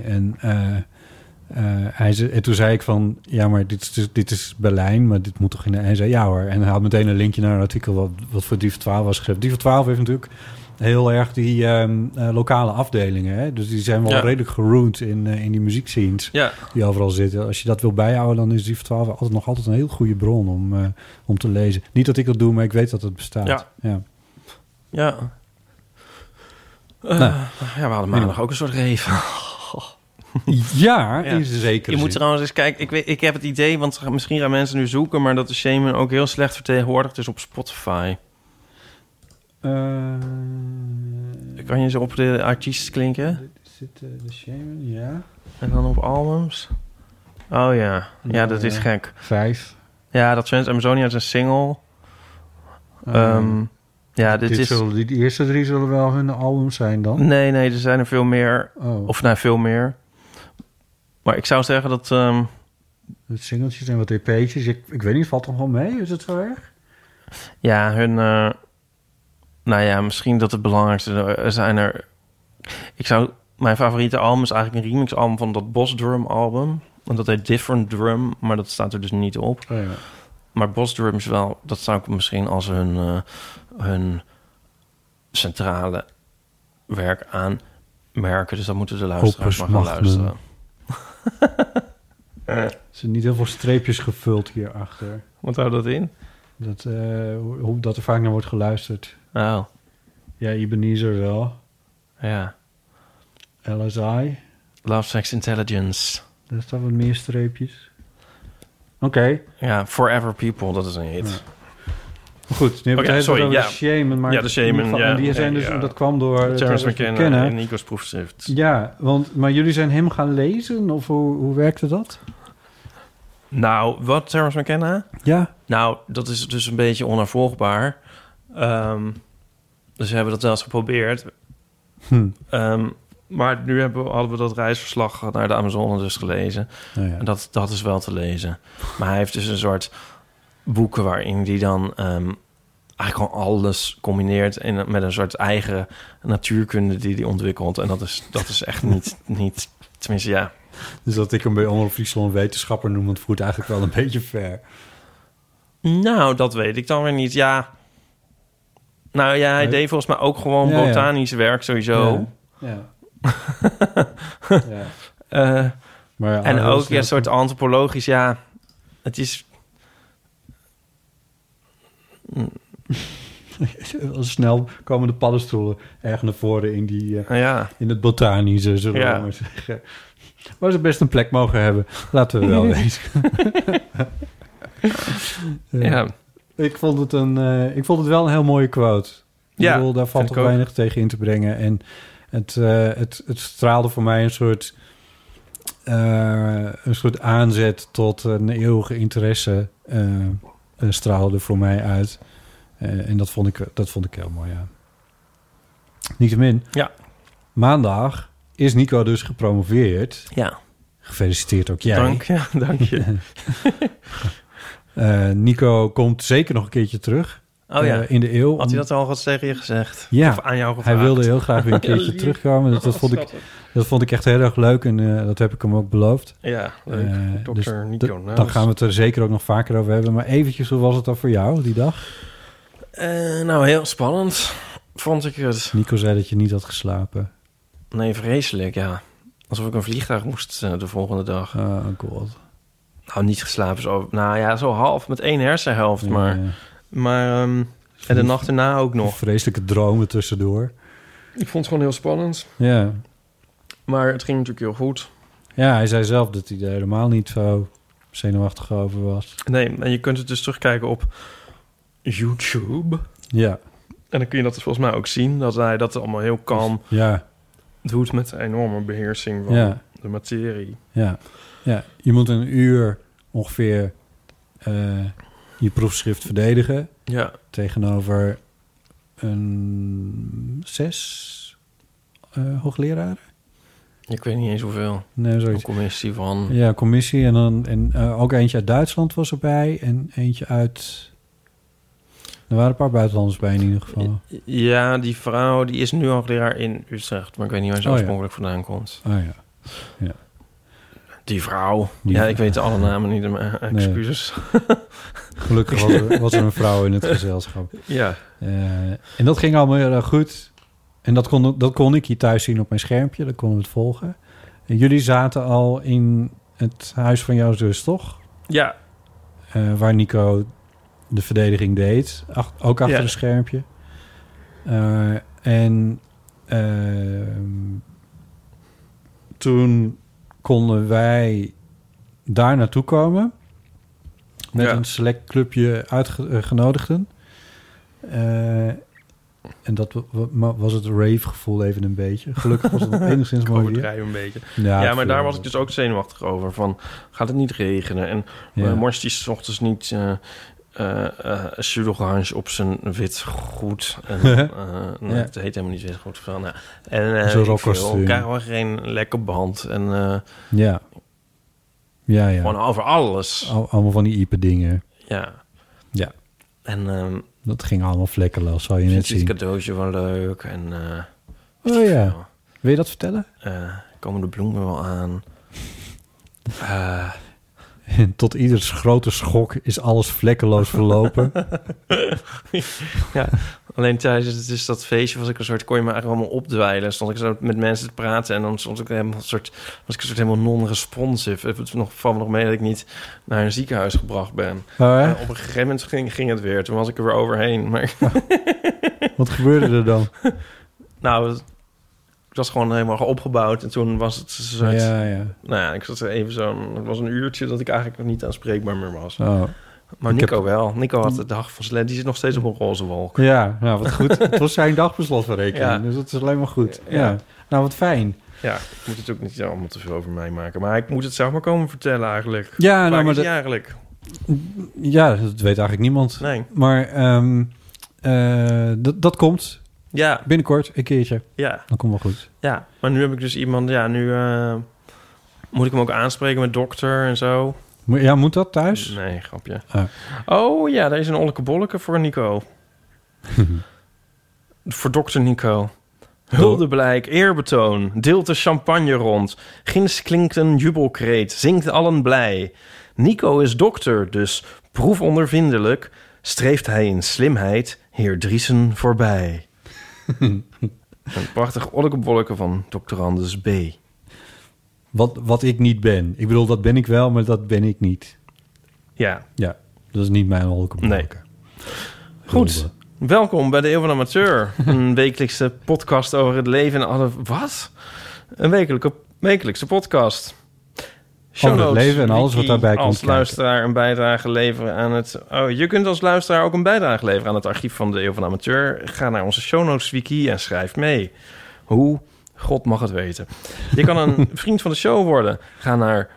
En toen zei ik van, ja, maar dit is Berlijn, maar dit moet toch in de... En hij zei, ja hoor. En hij had meteen een linkje naar een artikel wat voor 3 voor 12 was geschreven. 3 voor 12 heeft natuurlijk heel erg die lokale afdelingen. Hè? Dus die zijn wel redelijk geroend in die muziekscenes die overal zitten. Als je dat wil bijhouden, dan is 3 voor 12 nog altijd een heel goede bron om te lezen. Niet dat ik dat doe, maar ik weet dat het bestaat. Ja. We hadden maandag ook een soort rave. Ja, in zeker. Je moet trouwens eens kijken. Ik heb het idee, want misschien gaan mensen nu zoeken, maar dat de Shaman ook heel slecht vertegenwoordigd is op Spotify. Kan je zo op de artiesten klinken? Zit de Shaman, ja. En dan op albums? Oh ja. Ja, dat is gek. 5. Ja, dat Trans Amazonia is een single. Die eerste 3 zullen wel hun albums zijn dan? Nee, er zijn er veel meer. Of veel meer. Maar ik zou zeggen dat... Het singeltjes en wat EP'tjes. Ik weet niet, valt toch wel mee? Is het zo erg? Ja, misschien dat het belangrijkste zijn er... Mijn favoriete album is eigenlijk een remix-album van dat Boss Drum album. En dat heet Different Drum, maar dat staat er dus niet op. Oh ja. Maar Boss Drum is wel... Dat zou ik misschien als hun centrale werk aanmerken. Dus dat moeten de luisteraars maar gaan luisteren. Er zijn niet heel veel streepjes gevuld hierachter. Wat houdt dat in? Dat er vaak naar wordt geluisterd. Oh. Ja, Ebenezer wel. Ja. LSI. Love, Sex, Intelligence. Daar staan wat meer streepjes. Oké. Ja, Forever People, dat is een hit. Ja. Goed, nu hebben we het over de Shaman. Maar de Shaman, en die zijn dat kwam door Terence McKenna en Nico's proefschrift. Ja, maar jullie zijn hem gaan lezen? Of hoe werkte dat? Nou, wat Terence McKenna? Ja. Nou, dat is dus een beetje onnavolgbaar. Dus we hebben dat wel eens geprobeerd. Maar nu hadden we dat reisverslag naar de Amazone dus gelezen. Oh ja. En dat is wel te lezen. Maar hij heeft dus een soort boeken waarin die dan eigenlijk gewoon alles combineert met een soort eigen natuurkunde die hij ontwikkelt. En dat is echt niet tenminste, ja. Dus dat ik hem bij Omroep Friesland wetenschapper noem, het voert eigenlijk wel een beetje ver. Nou, dat weet ik dan weer niet. Ja. Nou ja, hij deed volgens mij ook gewoon botanisch werk sowieso. Ja. Maar en ook een soort antropologisch, ja. Het is... Snel komen de paddenstoelen erg naar voren in die in het botanische, zullen we maar zeggen. Waar ze best een plek mogen hebben. Laten we wel wezen. Ik vond het wel een heel mooie quote. Ik bedoel, daar valt toch weinig tegen in te brengen. En het straalde voor mij een soort aanzet tot een eeuwige interesse straalde voor mij uit. En dat vond ik heel mooi, ja. Niettemin. Ja. Maandag is Nico dus gepromoveerd. Ja. Gefeliciteerd ook jij. Dank je. Nico komt zeker nog een keertje terug. In de eeuw. Had hij dat al tegen je gezegd? Ja. Of aan jou gevraagd? Hij wilde heel graag weer een keertje terugkomen. Dat vond ik echt heel erg leuk. En dat heb ik hem ook beloofd. Ja, leuk. Dr. Dus Nico Naus. Dan gaan we het er zeker ook nog vaker over hebben. Maar eventjes, hoe was het dan voor jou die dag? Nou, heel spannend vond ik het. Nico zei dat je niet had geslapen. Nee, vreselijk, ja. Alsof ik een vliegtuig moest de volgende dag. Oh god. Nou, niet geslapen. Zo half met 1 hersenhelft. Maar en de nacht erna ook nog. Vreselijke dromen tussendoor. Ik vond het gewoon heel spannend. Ja. Maar het ging natuurlijk heel goed. Ja, hij zei zelf dat hij er helemaal niet zo zenuwachtig over was. Nee, en je kunt het dus terugkijken op YouTube. Ja. En dan kun je dat dus volgens mij ook zien. Dat hij dat allemaal heel kalm doet met een enorme beheersing van de materie. Ja. Je moet 1 uur ongeveer je proefschrift verdedigen. Ja. Tegenover 6 hoogleraren. Ik weet niet eens hoeveel. Nee, een commissie van... Ja, commissie. En ook eentje uit Duitsland was erbij. En eentje uit... Er waren een paar buitenlanders bij in ieder geval. Ja, die vrouw die is nu hoogleraar in Utrecht. Maar ik weet niet waar ze oorspronkelijk vandaan komt. Oh ja. Die vrouw. Ik weet alle namen niet. Maar excuses. Nee. Gelukkig was er een vrouw in het gezelschap. Ja. En dat ging allemaal heel erg goed. En dat kon ik hier thuis zien op mijn schermpje. Dat konden we het volgen. En jullie zaten al in het huis van jouw zus, toch? Ja. Waar Nico de verdediging deed. Ook achter een schermpje. Toen konden wij daar naartoe komen. Met een select clubje uitgenodigden. En dat was het rave-gevoel even een beetje. Gelukkig was het enigszins mooi weer. Overdrijven een beetje. Ja, maar daar was ik dus ook zenuwachtig over. Van, gaat het niet regenen? En Mors die 's ochtends niet sudorange op zijn wit goed. En, het heet helemaal niet wit goed. Zo'n rockkostuum. Krijgen we geen lekker band. En, ja. Gewoon over alles. Allemaal van die iepe dingen. Ja. En... dat ging allemaal vlekkeloos, zal je net zien. Het cadeautje wel leuk. En, wil je dat vertellen? Komen de bloemen wel aan. En tot ieders grote schok is alles vlekkeloos verlopen. Ja, alleen tijdens dat feestje kon je me eigenlijk allemaal opdwijlen. Stond ik zo met mensen te praten en dan was ik een soort helemaal non-responsive. Het valt me nog mee dat ik niet naar een ziekenhuis gebracht ben. Op een gegeven moment ging het weer. Toen was ik er weer overheen. Maar wat gebeurde er dan? Nou, ik was gewoon helemaal opgebouwd en toen was het een soort... Nou ik zat even het was een uurtje dat ik eigenlijk nog niet aanspreekbaar meer was. Oh. Maar Nico wel. Nico had de dag van sled. Die zit nog steeds op een roze wolk. Ja, nou wat goed. Het was zijn dagbeslotsverrekening. Dus dat is alleen maar goed. Ja. Nou, wat fijn. Ja, ik moet het ook niet allemaal te veel over mij maken. Maar ik moet het zelf maar komen vertellen eigenlijk. Ja, nou, maar eigenlijk? Ja, dat weet eigenlijk niemand. Nee. Maar dat komt... Ja. Binnenkort, een keertje. Ja. Dan komt wel goed. Ja, maar nu heb ik dus iemand... Ja, nu moet ik hem ook aanspreken met dokter en zo. Ja, moet dat thuis? Nee, grapje. Oh ja, daar is een olleke bolleke voor Nico. Voor dokter Nico. Huldeblijk, eerbetoon. Deelt de champagne rond. Ginds klinkt een jubelkreet. Zingt allen blij. Nico is dokter, dus proefondervindelijk streeft hij in slimheid heer Driesen voorbij. Een prachtig ollekebolleke van Dr. Anders B. Wat ik niet ben. Ik bedoel, dat ben ik wel, maar dat ben ik niet. Ja. Ja, dat is niet mijn holkenbolken. Nee. Goed. Welkom bij de Eeuw van de Amateur. Een wekelijkse podcast over het leven en alle... Wat? Een wekelijkse podcast. Over het leven en alles wat daarbij komt als luisteraar een bijdrage leveren aan het... Oh, je kunt als luisteraar ook een bijdrage leveren aan het archief van de Eeuw van de Amateur. Ga naar onze show notes wiki en schrijf mee. Hoe? God mag het weten. Je kan een vriend van de show worden. Ga naar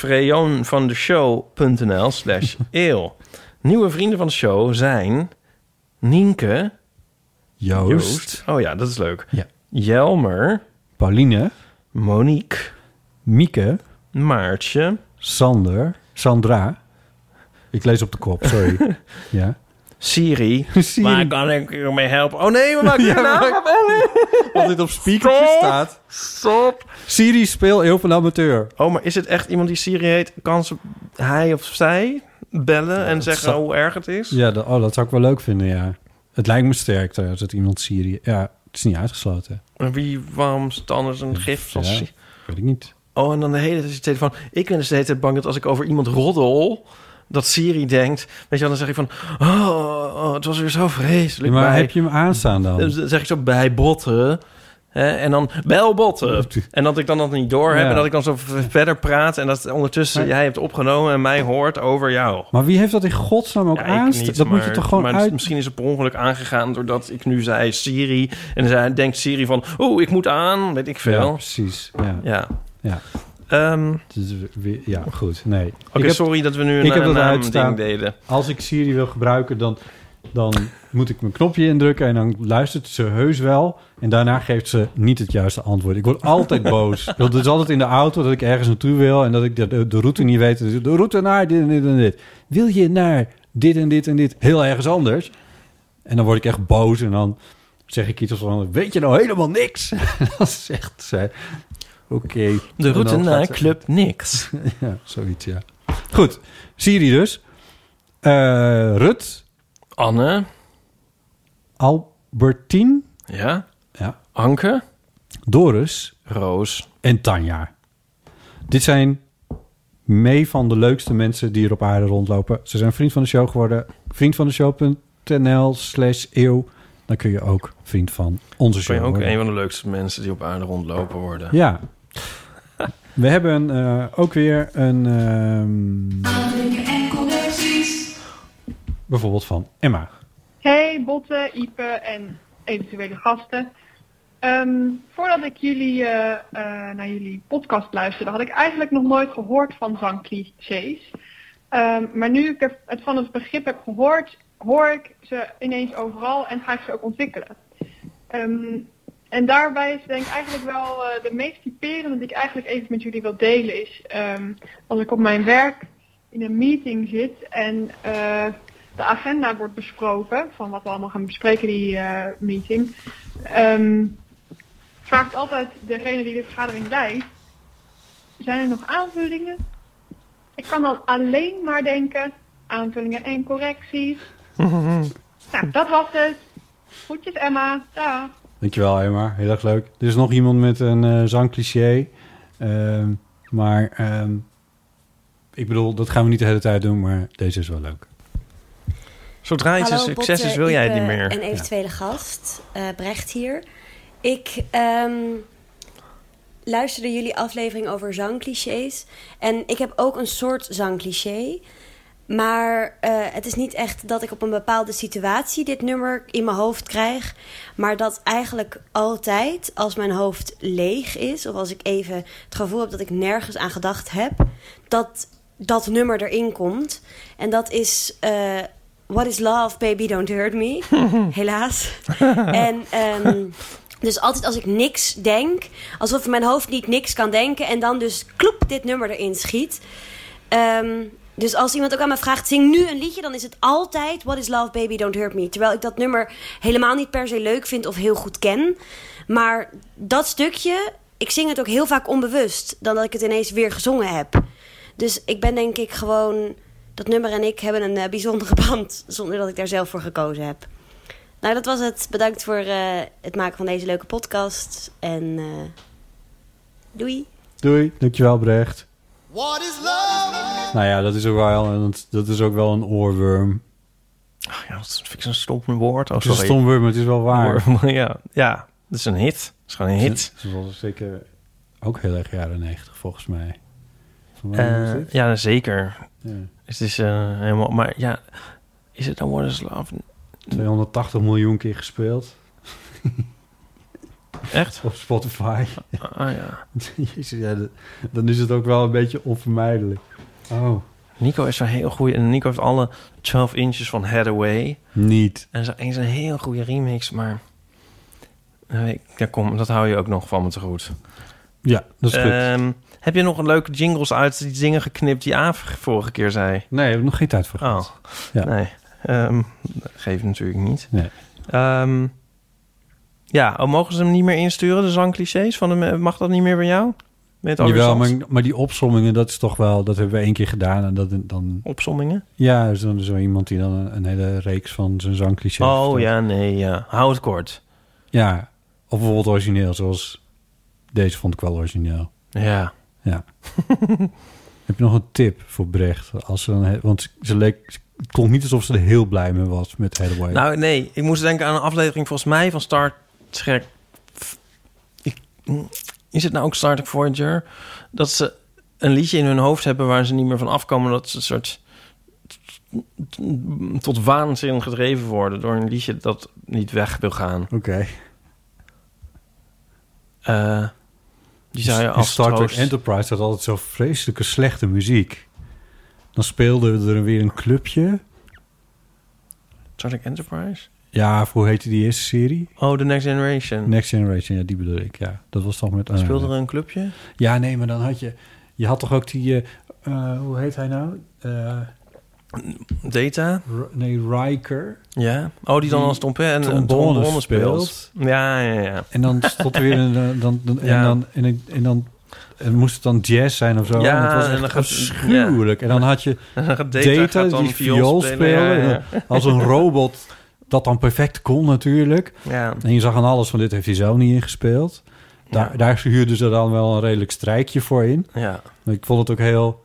freonvandeshow.nl/eeuw. Nieuwe vrienden van de show zijn... Nienke. Joost. Oh ja, dat is leuk. Ja. Jelmer. Pauline. Monique. Mieke. Maartje. Sander. Sandra. Ik lees op de kop, sorry. Ja. Siri. Waar kan ik u mee helpen? Oh nee, we maken je naam op. Als dit op speakertje staat. Stop. Siri, speel Eeuw van de Amateur. Oh, maar is het echt iemand die Siri heet? Kan ze hij of zij bellen en zeggen hoe erg het is? Ja, dat zou ik wel leuk vinden, ja. Het lijkt me sterk als het iemand Siri... Ja, het is niet uitgesloten. En waarom is het anders een gif? Ja, weet ik niet. Oh, en dan de hele tijd telefoon. Ik ben dus de hele tijd bang dat als ik over iemand roddel... dat Siri denkt... Weet je wel, dan zeg ik van... Oh, het was weer zo vreselijk. Ja, maar heb je hem aanstaan dan? Dan zeg ik zo bij botten... en dan bel botten. En dat ik dan dat niet door heb. Ja. En dat ik dan zo verder praat. En dat ondertussen jij hebt opgenomen en mij hoort over jou. Maar wie heeft dat in godsnaam ook Ja, ik aanstaan? niet, Dat maar, moet je toch gewoon maar uit... Misschien is het per ongeluk aangegaan doordat ik nu zei Siri. En dan denkt Siri van... Oh, ik moet aan. Weet ik veel. Ja, precies. Ja. Ja, goed. Nee. Oké, sorry dat we nu een naamding deden. Als ik Siri wil gebruiken, dan moet ik mijn knopje indrukken... en dan luistert ze heus wel... en daarna geeft ze niet het juiste antwoord. Ik word altijd boos. Dat is altijd in de auto dat ik ergens naartoe wil... en dat ik de route niet weet. Dus de route naar dit en dit en dit. Wil je naar dit en dit en dit heel ergens anders? En dan word ik echt boos en dan zeg ik iets van... weet je nou helemaal niks? Dan zegt zij... Oké. De route naar Club Niks. Ja, zoiets, ja. Goed, Siri dus. Rut. Anne. Albertine. Ja. Ja. Anke. Doris. Roos. En Tanja. Dit zijn mee van de leukste mensen die er op aarde rondlopen. Ze zijn vriend van de show geworden. Vriendvandeshow.nl/eeuw. Dan kun je ook vriend van onze show worden. Ben je ook een van de leukste mensen die op aarde rondlopen worden. Ja. We hebben ook weer een... bijvoorbeeld van Emma. Hey Botte, Ipe en eventuele gasten. Voordat ik naar jullie podcast luisterde, had ik eigenlijk nog nooit gehoord van zangclichés. Maar nu ik het van het begrip heb gehoord, hoor ik ze ineens overal en ga ik ze ook ontwikkelen. En daarbij is denk ik eigenlijk wel de meest typerende die ik eigenlijk even met jullie wil delen is... als ik op mijn werk in een meeting zit en de agenda wordt besproken... van wat we allemaal gaan bespreken die meeting... vraagt altijd degene die de vergadering leidt... zijn er nog aanvullingen? Ik kan dan alleen maar denken... aanvullingen en correcties. Nou, dat was het. Groetjes Emma. Dag. Dankjewel Emma, heel erg leuk. Er is nog iemand met een zangcliché. Maar ik bedoel, dat gaan we niet de hele tijd doen, maar deze is wel leuk. Zodra iets een succes is, wil jij het niet meer. Een eventuele gast, Brecht hier. Ik luisterde jullie aflevering over zangclichés. En ik heb ook een soort zangcliché. Maar het is niet echt dat ik op een bepaalde situatie dit nummer in mijn hoofd krijg. Maar dat eigenlijk altijd, als mijn hoofd leeg is... of als ik even het gevoel heb dat ik nergens aan gedacht heb... dat nummer erin komt. En dat is... What is love, baby, don't hurt me. Helaas. En dus altijd als ik niks denk... alsof mijn hoofd niet niks kan denken... en dan dus kloep dit nummer erin schiet... Dus als iemand ook aan me vraagt, zing nu een liedje... dan is het altijd What is love, baby, don't hurt me. Terwijl ik dat nummer helemaal niet per se leuk vind of heel goed ken. Maar dat stukje, ik zing het ook heel vaak onbewust... dan dat ik het ineens weer gezongen heb. Dus ik ben denk ik gewoon dat nummer en ik hebben een bijzondere band... zonder dat ik daar zelf voor gekozen heb. Nou, dat was het. Bedankt voor het maken van deze leuke podcast. En doei. Doei, dankjewel Brecht. What is love? Nou ja, dat is ook wel een oorworm. Ach ja, dat vind ik zo'n stom woord. Het is een stom woord, maar het is wel waar. Ja, dat is een hit. Het is gewoon een hit. Het was zeker ook heel erg jaren 90 volgens mij. Van wanneer was dit? Ja, zeker. Ja. Het is helemaal... Maar ja, is het dan What is Love? 280 miljoen keer gespeeld. Echt? Op Spotify. Ah ja. Jezus, ja, dan is het ook wel een beetje onvermijdelijk. Oh. Nico is wel heel goed. En Nico heeft alle 12 inches van Hathaway. Niet. En is een heel goede remix, maar... dat hou je ook nog van me te goed. Ja, dat is goed. Heb je nog een leuke jingles uit die dingen geknipt die Aaf vorige keer zei? Nee, heb ik nog geen tijd voor gehad. Ja. Nee. Geef natuurlijk niet. Nee. Mogen ze hem niet meer insturen, de zangclichés? Mag dat niet meer bij jou? Jawel, maar die opsommingen, dat is toch wel... Dat hebben we 1 keer gedaan. En dan... Opsommingen? Ja, zo iemand die dan een hele reeks van zijn zangclichés... Oh ja, nee, ja. Hou het kort. Ja, of bijvoorbeeld origineel, zoals... Deze vond ik wel origineel. Ja. Heb je nog een tip voor Brecht? Want het klonk niet alsof ze er heel blij mee was met Hathaway. Nou, nee. Ik moest denken aan een aflevering volgens mij van Star Trek. Is het nou ook Star Trek Voyager? Dat ze een liedje in hun hoofd hebben waar ze niet meer van afkomen. Dat ze een soort tot waanzin gedreven worden door een liedje dat niet weg wil gaan. Oké. Die zou je als Star Trek Enterprise had altijd zo vreselijke slechte muziek. Dan speelde er weer een clubje. Star Trek Enterprise? Ja, hoe heette die eerste serie? Oh, The Next Generation. Next Generation, ja, die bedoel ik. Ja, dat was toch met... Speelde er een clubje? Ja, nee, maar dan had je... Je had toch ook die... hoe heet hij nou? Data? Riker. Ja. Oh, die dan als trombone speelt. Ja. En dan stond er weer en dan moest het dan jazz zijn of zo. Ja, het was echt afschuwelijk. Ja. En dan had je Data die viool spelen. Ja. Als een robot dat dan perfect kon natuurlijk. Ja. En je zag aan alles van dit heeft hij zelf niet ingespeeld. Daar huurden ze dan wel een redelijk strijkje voor in. Ja. Maar ik vond het ook heel...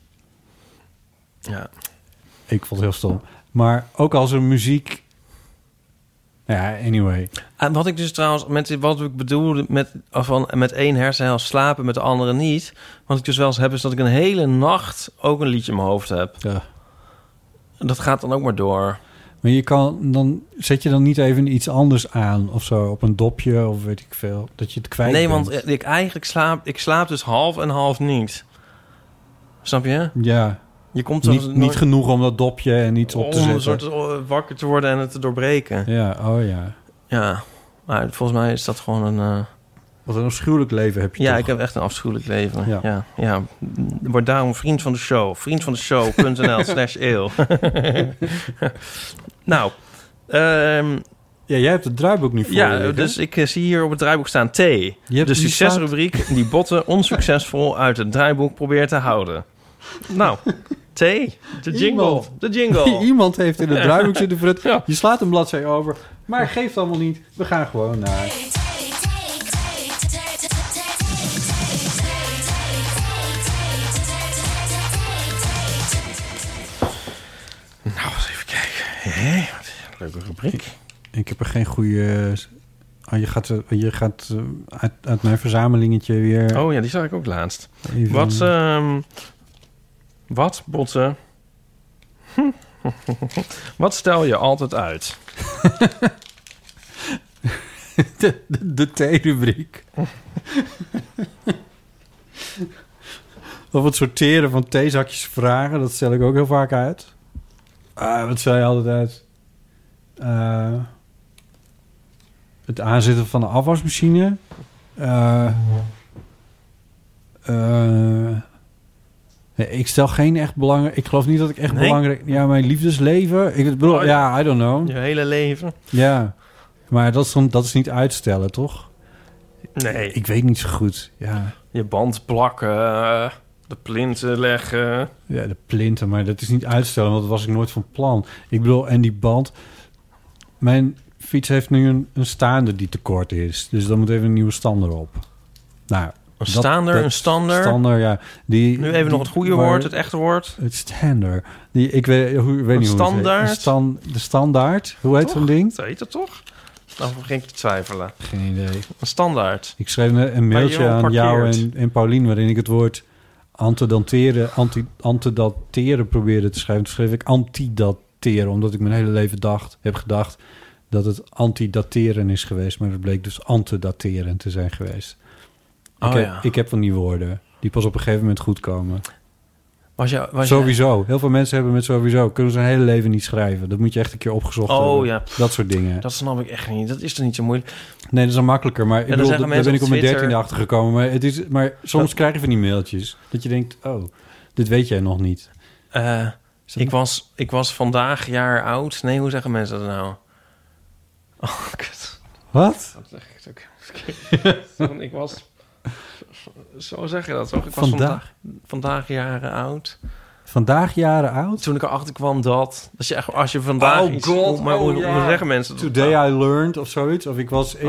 Ja. Ik vond het heel stom. Maar ook als er muziek... Ja, anyway. En wat ik dus trouwens... Wat ik bedoelde met 1 hersenhelft slapen, met de andere niet. Wat ik dus wel eens heb, is dat ik een hele nacht ook een liedje in mijn hoofd heb. Ja. Dat gaat dan ook maar door. Maar zet je dan niet even iets anders aan of zo, op een dopje of weet ik veel, dat je het kwijt bent. Want ik slaap dus half en half niet. Snap je? Ja. Je komt niet genoeg om dat dopje en iets op te zetten. Om een soort wakker te worden en het te doorbreken. Ja, oh ja. Ja, maar volgens mij is dat gewoon een... Wat een afschuwelijk leven heb je toch? Ik heb echt een afschuwelijk leven. Ja. Word daarom vriend van de show. vriendvandeshow.nl/eeuw. Nou. Jij hebt het draaiboek niet voor je, dus ik zie hier op het draaiboek staan T. De succesrubriek die Botte onsuccesvol uit het draaiboek probeert te houden. Nou, T, de jingle. Iemand heeft in het draaiboek zitten voor het... Ja. Je slaat een bladzij over, maar geeft allemaal niet. We gaan gewoon naar... Nou, eens even kijken. Leuke rubriek. Ik heb er geen goede... je gaat uit mijn verzamelingetje weer... Oh ja, die zag ik ook laatst. Even... Wat, Botte? Wat stel je altijd uit? de theerubriek. Of het sorteren van theezakjes vragen, dat stel ik ook heel vaak uit. Wat stel je altijd uit? Het aanzetten van de afwasmachine. Ik stel geen echt belangrijk... Ik geloof niet dat ik echt belangrijk... Ja, mijn liefdesleven. Ik bedoel, I don't know. Je hele leven. Ja, maar dat is niet uitstellen, toch? Nee. Ik weet niet zo goed, ja. Je band plakken. De plinten leggen. Ja, de plinten, maar dat is niet uitstellen, want dat was ik nooit van plan. Ik bedoel, en die band... Mijn fiets heeft nu een staande die te kort is. Dus dan moet even een nieuwe stander op. Nou, Een stander. Stander, ja. Nu even nog het goede woord, het echte woord. Het stander. Ik weet niet hoe het standaard. heet. De standaard. Hoe heet zo'n ding? Zo heet het toch? Dan begin ik te twijfelen. Geen idee. Een standaard. Ik schreef een mailtje aan jou en Paulien... waarin ik het woord antedateren probeerde te schrijven. Toen schreef ik antidateren, omdat ik mijn hele leven heb gedacht... dat het antidateren is geweest. Maar het bleek dus antedateren te zijn geweest. Ik heb van die woorden die pas op een gegeven moment goed komen. Sowieso. Heel veel mensen hebben met sowieso. Kunnen ze hun hele leven niet schrijven. Dat moet je echt een keer opgezocht hebben. Ja. Dat soort dingen. Dat snap ik echt niet. Dat is toch niet zo moeilijk? Nee, dat is dan makkelijker. Maar ik bedoel, daar ben ik op mijn 13e achter gekomen. Maar soms krijg je van die mailtjes. Dat je denkt, dit weet jij nog niet. Ik was vandaag jaar oud. Nee, hoe zeggen mensen dat nou? Oh, kut. Wat? Dat zeg ik ook. Ik was... Zo zeg je dat toch? Ik was vandaag jaren oud. Vandaag jaren oud? Toen ik erachter kwam dat als je vandaag iets... Hoe zeggen mensen dat? Today I learned of zoiets. Of ik was...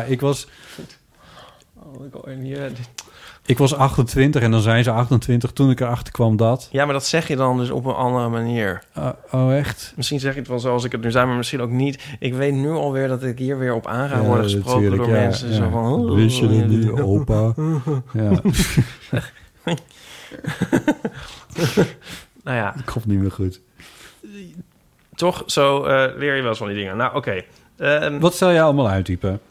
Ik was 28 en dan zijn ze 28 toen ik erachter kwam dat... Ja, maar dat zeg je dan dus op een andere manier. Echt? Misschien zeg je het wel zoals ik het nu zei, maar misschien ook niet. Ik weet nu alweer dat ik hier weer op aan ga worden gesproken door mensen. Ja. Zo van... Wist je dat niet, opa? Ja. Nou ja. Dat komt niet meer goed. Toch, zo leer je wel eens van die dingen. Nou, oké. Wat stel jij allemaal uittypen?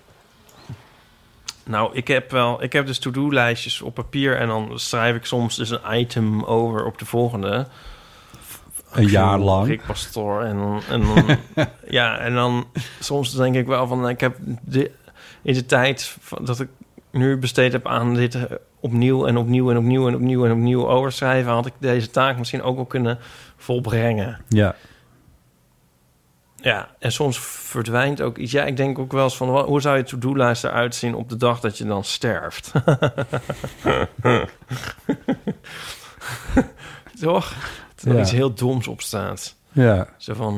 Nou, ik heb dus to-do-lijstjes op papier... en dan schrijf ik soms dus een item over op de volgende. Een jaar lang. Rick Pastoor. En dan ja, en dan soms denk ik wel van... Ik heb in de tijd dat ik nu besteed heb aan dit opnieuw overschrijven... had ik deze taak misschien ook wel kunnen volbrengen. Ja. Ja, en soms verdwijnt ook iets. Ja, ik denk ook wel eens van... hoe zou je to-do-lijst eruit zien op de dag dat je dan sterft? Toch? Dat er iets heel doms op staat. Ja. Zo van...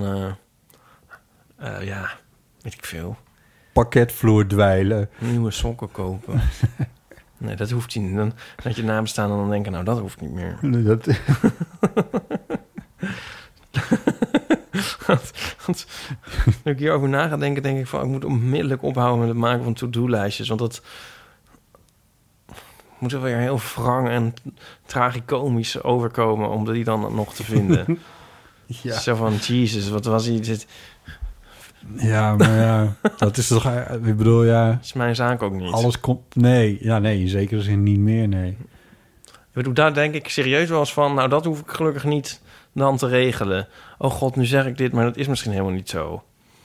weet ik veel. Parketvloer dweilen. Nieuwe sokken kopen. Nee, dat hoeft niet. Dan dat je nabestaan en dan denken... nou, dat hoeft niet meer. Nee, dat... Want nu ik hierover na ga denken, denk ik van... ik moet onmiddellijk ophouden met het maken van to-do-lijstjes. Want dat moet er weer heel wrang en tragicomisch overkomen... om die dan nog te vinden. Ja. Zo van, Jesus, wat was hier dit? Ja, maar ja, dat is toch... Ik bedoel, ja... Dat is mijn zaak ook niet. Alles komt... Nee, in zekere zin niet meer, nee. Ik bedoel, daar denk ik serieus wel eens van... nou, dat hoef ik gelukkig niet dan te regelen. Oh god, nu zeg ik dit, maar dat is misschien helemaal niet zo.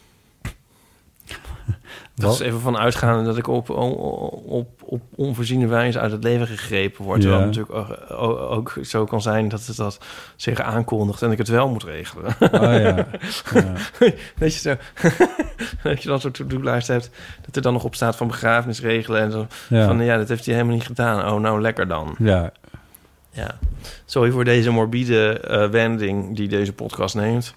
Dat is even van uitgaan dat ik op onvoorziene wijze uit het leven gegrepen word. Terwijl het natuurlijk ook zo kan zijn dat het dat zich aankondigt en ik het wel moet regelen. Weet je zo, dat je dan zo'n to-do-lijst hebt, dat er dan nog op staat van begrafenis regelen en zo. Ja. Van dat heeft hij helemaal niet gedaan. Oh, nou lekker dan. Ja. Ja. Sorry voor deze morbide wending die deze podcast neemt.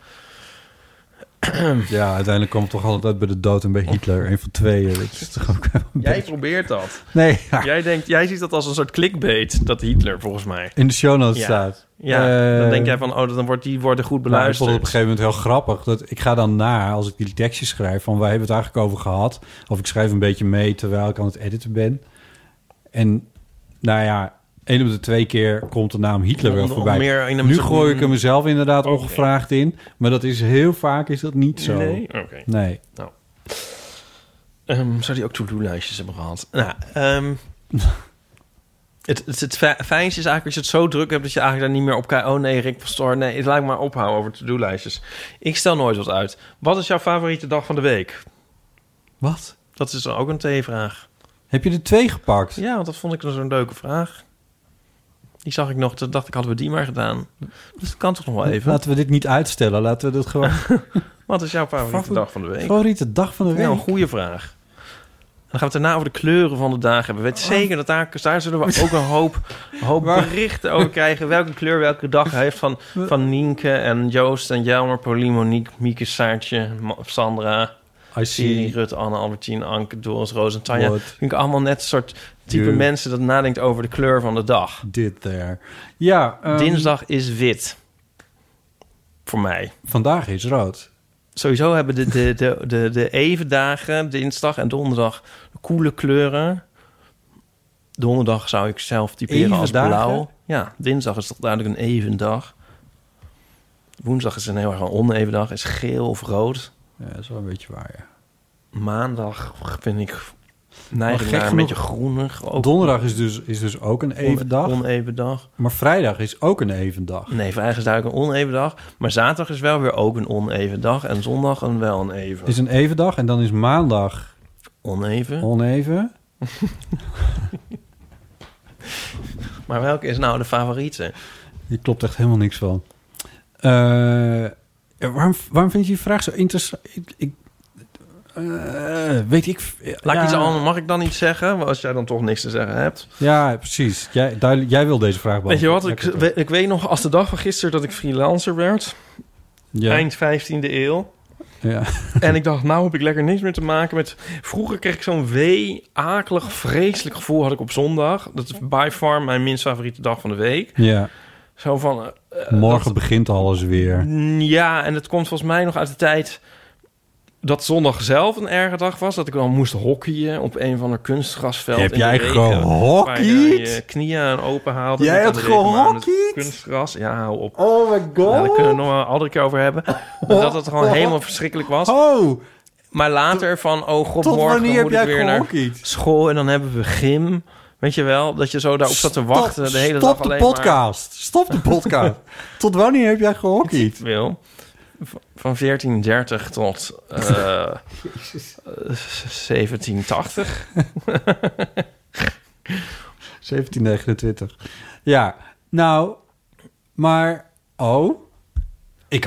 Ja, uiteindelijk komt het toch altijd bij de dood en bij Hitler. Een van tweeën. Dat is toch ook jij probeert dat. Nee. Ja. Jij ziet dat als een soort clickbait, dat Hitler volgens mij. In de show notes staat. Ja, dan denk jij van, dan worden goed beluisterd. Ik vond het op een gegeven moment heel grappig. Dat ik ga dan als ik die tekstjes schrijf, van waar hebben we het eigenlijk over gehad? Of ik schrijf een beetje mee terwijl ik aan het editen ben. En nou ja, 1 op de 2 keer komt de naam Hitler wel voorbij. Nu gooi ik er mezelf inderdaad ongevraagd in. Maar dat is heel vaak is dat niet zo. Nee? Oké. Nee. Nou. Zou die ook to-do-lijstjes hebben gehad? Nou, het fijnste is eigenlijk als je het zo druk hebt... dat je eigenlijk daar niet meer op kijkt. Oh nee, Rick Pastoor. Nee, het lijkt maar ophouden over to-do-lijstjes. Ik stel nooit wat uit. Wat is jouw favoriete dag van de week? Wat? Dat is dan ook een T-vraag. Heb je er 2 gepakt? Ja, want dat vond ik dan zo'n leuke vraag. Die zag ik nog, toen dacht ik, hadden we die maar gedaan. Dus dat kan toch nog wel even. Laten we dit niet uitstellen, laten we dit gewoon... Wat is jouw favoriete dag van de week? Favoriete dag van de week? Nou, een goede vraag. Dan gaan we het daarna over de kleuren van de dagen hebben. Weet zeker dat daar zullen we ook een hoop berichten over krijgen. Welke kleur welke dag heeft van Nienke en Joost en Jelmer, Pauline, Monique, Mieke, Saartje, Sandra, Siri, Rutte, Anne, Albertine, Anke, Doris, Roos en Tanja. Vind ik allemaal net een soort type mensen dat nadenkt over de kleur van de dag. Dit there. Ja. Dinsdag is wit. Voor mij. Vandaag is rood. Sowieso hebben de evendagen, dinsdag en donderdag, de koele kleuren. Donderdag zou ik zelf typeren als blauw. Ja, dinsdag is toch duidelijk een even dag. Woensdag is een heel erg een oneven dag, is geel of rood. Ja, dat is wel een beetje waar, ja. Maandag vind ik neiging naar een beetje groenig. Ook. Donderdag is dus ook een even dag. Oneven dag. Maar vrijdag is ook een even dag. Nee, vrijdag is duidelijk een oneven dag. Maar zaterdag is wel weer ook een oneven dag. En zondag wel een even. Is een even dag en dan is maandag... Oneven. Maar welke is nou de favoriete? Hier klopt echt helemaal niks van. Waarom vind je die vraag zo interessant? Weet ik... Laat iets anders. Mag ik dan iets zeggen? Als jij dan toch niks te zeggen hebt. Ja, precies. Jij wil deze vraag beantwoorden. Weet je wat? Ik weet nog als de dag van gisteren dat ik freelancer werd. Ja. Eind 15e eeuw. Ja. En ik dacht, nou heb ik lekker niks meer te maken met... Vroeger kreeg ik zo'n akelig, vreselijk gevoel had ik op zondag. Dat is by far mijn minst favoriete dag van de week. Ja. Zo van... Morgen begint alles weer. Ja, en het komt volgens mij nog uit de tijd... dat zondag zelf een erge dag was. Dat ik dan moest hockeyen op een van de kunstgrasveld. Heb jij gehockeyd? Waar je knieën open haalde. Jij hebt gehockeyd? Kunstgras. Ja, hou op. Oh my god. Ja, daar kunnen we het nog wel een andere keer over hebben. Dat het gewoon helemaal verschrikkelijk was. Oh. Maar later van, oh god, tot morgen moet ik weer gehockeyd? Naar school. En dan hebben we gym. Weet je wel, dat je zo daarop zat te wachten de hele dag alleen Stop de podcast. Tot wanneer heb jij gehockeyd? Wil. Van 1430 tot 1780. 1729. Ja, nou, maar... Oh, ik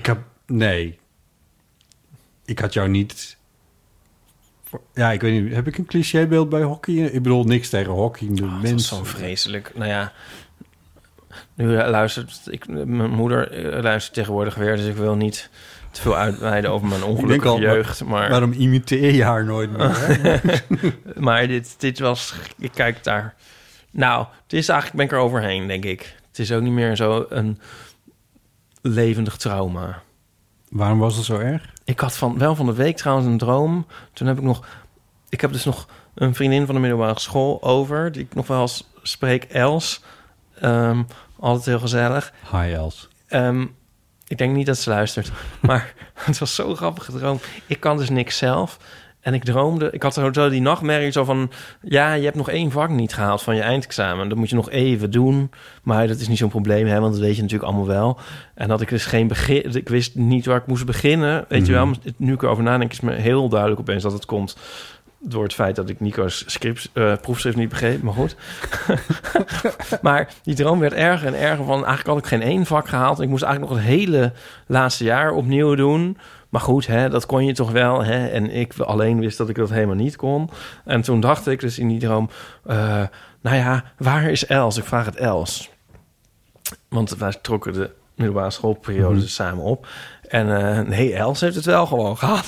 had jou niet... Ja, ik weet niet. Heb ik een clichébeeld bij hockey? Ik bedoel, niks tegen hockey. Dat is zo vreselijk. Nou ja, nu mijn moeder luistert tegenwoordig weer, dus ik wil niet te veel uitweiden over mijn ongelukkige jeugd. Maar waarom imiteer je haar nooit meer? Maar dit was... Ik kijk daar... Nou, het is eigenlijk... Ben ik er overheen, denk ik. Het is ook niet meer zo een levendig trauma. Waarom was het zo erg? Ik had wel van de week trouwens een droom. Toen heb ik heb dus nog een vriendin van de middelbare school over, die ik nog wel eens spreek, Els. Altijd heel gezellig. Hi Els. Ik denk niet dat ze luistert. Maar het was zo'n grappige droom. Ik kan dus niks zelf. En ik droomde... Ik had zo die nachtmerrie zo van... Ja, je hebt nog 1 vak niet gehaald van je eindexamen. Dat moet je nog even doen. Maar dat is niet zo'n probleem, hè, want dat weet je natuurlijk allemaal wel. En dat ik dus geen begin... Ik wist niet waar ik moest beginnen. Weet je wel, nu ik erover nadenk... is me heel duidelijk opeens dat het komt... door het feit dat ik Nico's proefschrift niet begreep. Maar goed. Maar die droom werd erger en erger van... Eigenlijk had ik geen 1 vak gehaald. Ik moest eigenlijk nog het hele laatste jaar opnieuw doen... Maar goed, hè, dat kon je toch wel. Hè? En ik alleen wist dat ik dat helemaal niet kon. En toen dacht ik dus in die droom... nou ja, waar is Els? Ik vraag het Els. Want wij trokken de middelbare schoolperiode samen op. En nee, Els heeft het wel gewoon gehad.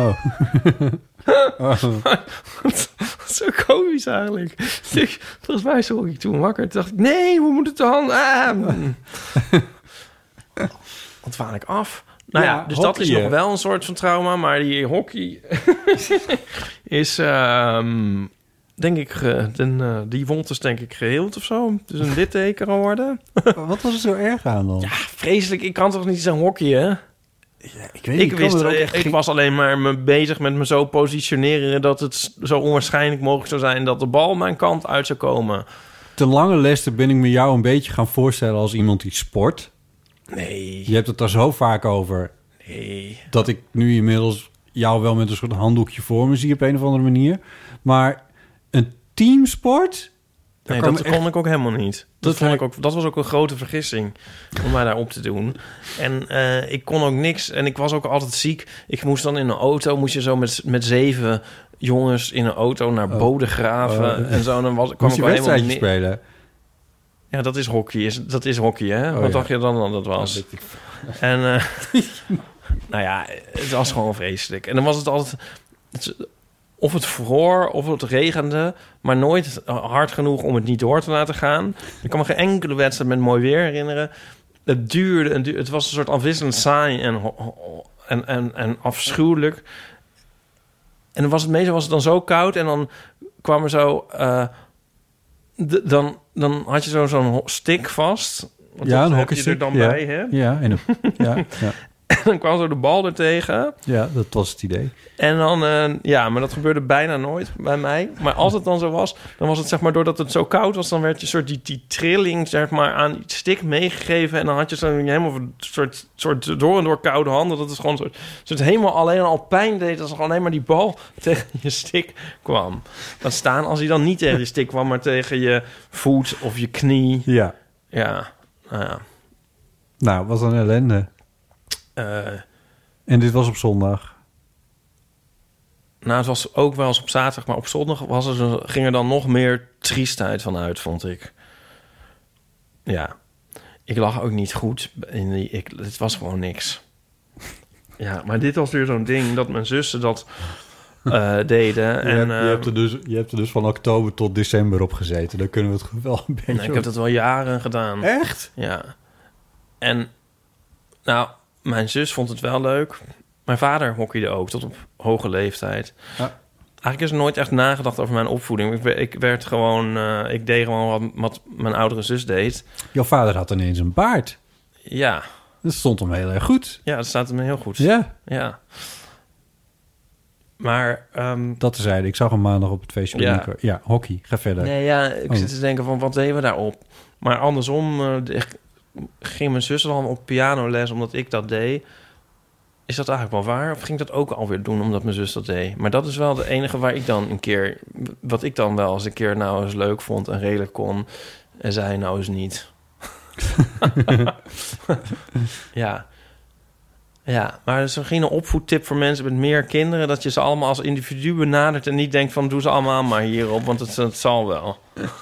Zo komisch eigenlijk. Volgens mij schrok ik toen wakker. Toen dacht ik, nee, we moeten het dan... Wat dwaal ik af... Nou ja, dus hockey, dat is nog wel een soort van trauma. Maar die hockey is, denk ik, die wond is denk ik geheeld of zo. Dus een litteken kan worden. Wat was er zo erg aan dan? Ja, vreselijk. Ik kan toch niet zo'n hockeyen? Ja, ik weet niet. Ik was alleen maar bezig met me zo positioneren... dat het zo onwaarschijnlijk mogelijk zou zijn... dat de bal mijn kant uit zou komen. Ten lange leste ben ik me jou een beetje gaan voorstellen... als iemand die sport... Nee. Je hebt het daar zo vaak over. Nee. Dat ik nu inmiddels jou wel met een soort handdoekje voor me zie op een of andere manier. Maar een teamsport, Nee, dat kon ik ook helemaal niet. Dat was ook een grote vergissing om mij daar op te doen. En ik kon ook niks. En ik was ook altijd ziek. Ik moest dan in een auto, moest je zo met 7 jongens in een auto naar Bodegraven en zo. Dan kwam moest ik je wel helemaal wedstrijdje spelen? Ja, dat is hockey. Dat is hockey, hè? Wat dacht je dan dat dat was? En nou ja, het was gewoon vreselijk. En dan was het altijd... Of het vroor, of het regende, maar nooit hard genoeg om het niet door te laten gaan. Ik kan me geen enkele wedstrijd met mooi weer herinneren. Het duurde en het was een soort afwisselend saai en afschuwelijk. En dan meestal was het dan zo koud en dan kwam er zo... dan had je zo'n stick vast. Want ja, dat een heb je er dan bij, hè? Ja, ja. En dan kwam zo de bal er tegen. Ja, dat was het idee. En dan, maar dat gebeurde bijna nooit bij mij. Maar als het dan zo was, dan was het zeg maar doordat het zo koud was, dan werd je soort die trilling zeg maar aan die stick meegegeven. En dan had je zo helemaal een soort door en door koude handen. Dat is gewoon een soort helemaal alleen al pijn deed als gewoon alleen maar die bal tegen je stick kwam. Dat staan als hij dan niet tegen je stick kwam, maar tegen je voet of je knie. Ja. Ja, nou ja. Nou, wat een ellende. En dit was op zondag? Nou, het was ook wel eens op zaterdag, maar op zondag ging er dan nog meer triestheid van uit, vond ik. Ja, ik lag ook niet goed. Het was gewoon niks. Ja, maar dit was weer zo'n ding dat mijn zussen dat deden. Je hebt er dus van oktober tot december op gezeten. Daar kunnen we het wel een beetje... Nee, ik heb dat wel jaren gedaan. Echt? Ja. En nou... Mijn zus vond het wel leuk. Mijn vader hockeyde ook, tot op hoge leeftijd. Ja. Eigenlijk is er nooit echt nagedacht over mijn opvoeding. Ik deed gewoon wat mijn oudere zus deed. Jouw vader had ineens een baard. Ja. Dat stond hem heel erg goed. Ja, dat staat hem heel goed. Ja. Maar... dat terzijde. Ik zag hem maandag op het feestje. Ja, hockey. Ga verder. Nee, ja, ik zit te denken van, wat deden we daarop? Maar andersom... ging mijn zus dan op pianoles omdat ik dat deed. Is dat eigenlijk wel waar? Of ging ik dat ook alweer doen omdat mijn zus dat deed? Maar dat is wel de enige waar ik dan wat ik dan wel eens een keer nou eens leuk vond en redelijk kon. En zij nou eens niet. Ja. Ja, maar er is misschien een opvoedtip voor mensen met meer kinderen... dat je ze allemaal als individu benadert en niet denkt van... doe ze allemaal maar hierop, want het zal wel.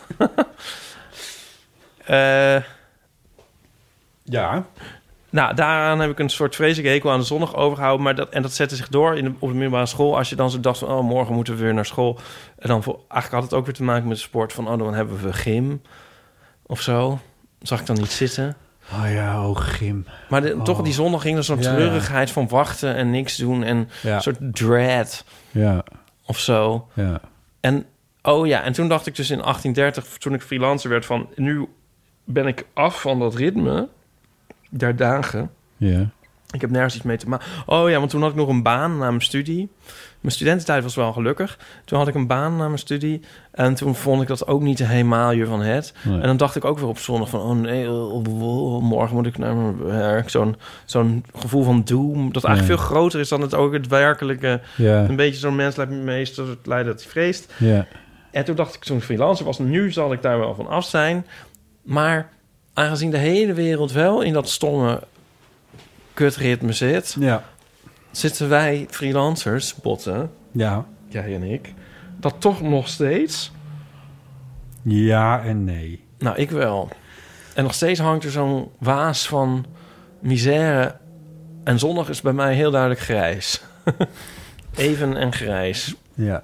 Ja. Nou, daaraan heb ik een soort vreselijke hekel aan de zondag overgehouden. Maar dat zette zich door op de middelbare school. Als je dan zo dacht van, oh, morgen moeten we weer naar school. En dan eigenlijk had het ook weer te maken met de sport. Van, oh, dan hebben we gym of zo. Zag ik dan niet zitten. Oh ja, gym. Maar toch die zondag ging er zo'n treurigheid van wachten en niks doen. En een soort dread of zo. Ja. En, en toen dacht ik dus in 1830, toen ik freelancer werd van... nu ben ik af van dat ritme... der dagen. Ja. Ik heb nergens iets mee te maken. Oh ja, want toen had ik nog een baan na mijn studie. Mijn studententijd was wel gelukkig. Toen had ik een baan na mijn studie. En toen vond ik dat ook niet helemaal je van het. Nee. En dan dacht ik ook weer op zondag van... oh nee, morgen moet ik naar mijn werk. Zo'n gevoel van doom... dat eigenlijk veel groter is dan het werkelijke... een beetje zo'n mens lijkt me meestal het lijden dat hij vreest. Ja. En toen dacht ik, toen ik freelancer was... nu zal ik daar wel van af zijn. Maar... aangezien de hele wereld wel in dat stomme kutritme zit... zitten wij freelancers, botten... jij en ik... dat toch nog steeds... Ja en nee. Nou, ik wel. En nog steeds hangt er zo'n waas van misère... en zondag is bij mij heel duidelijk grijs. Even en grijs. Ja.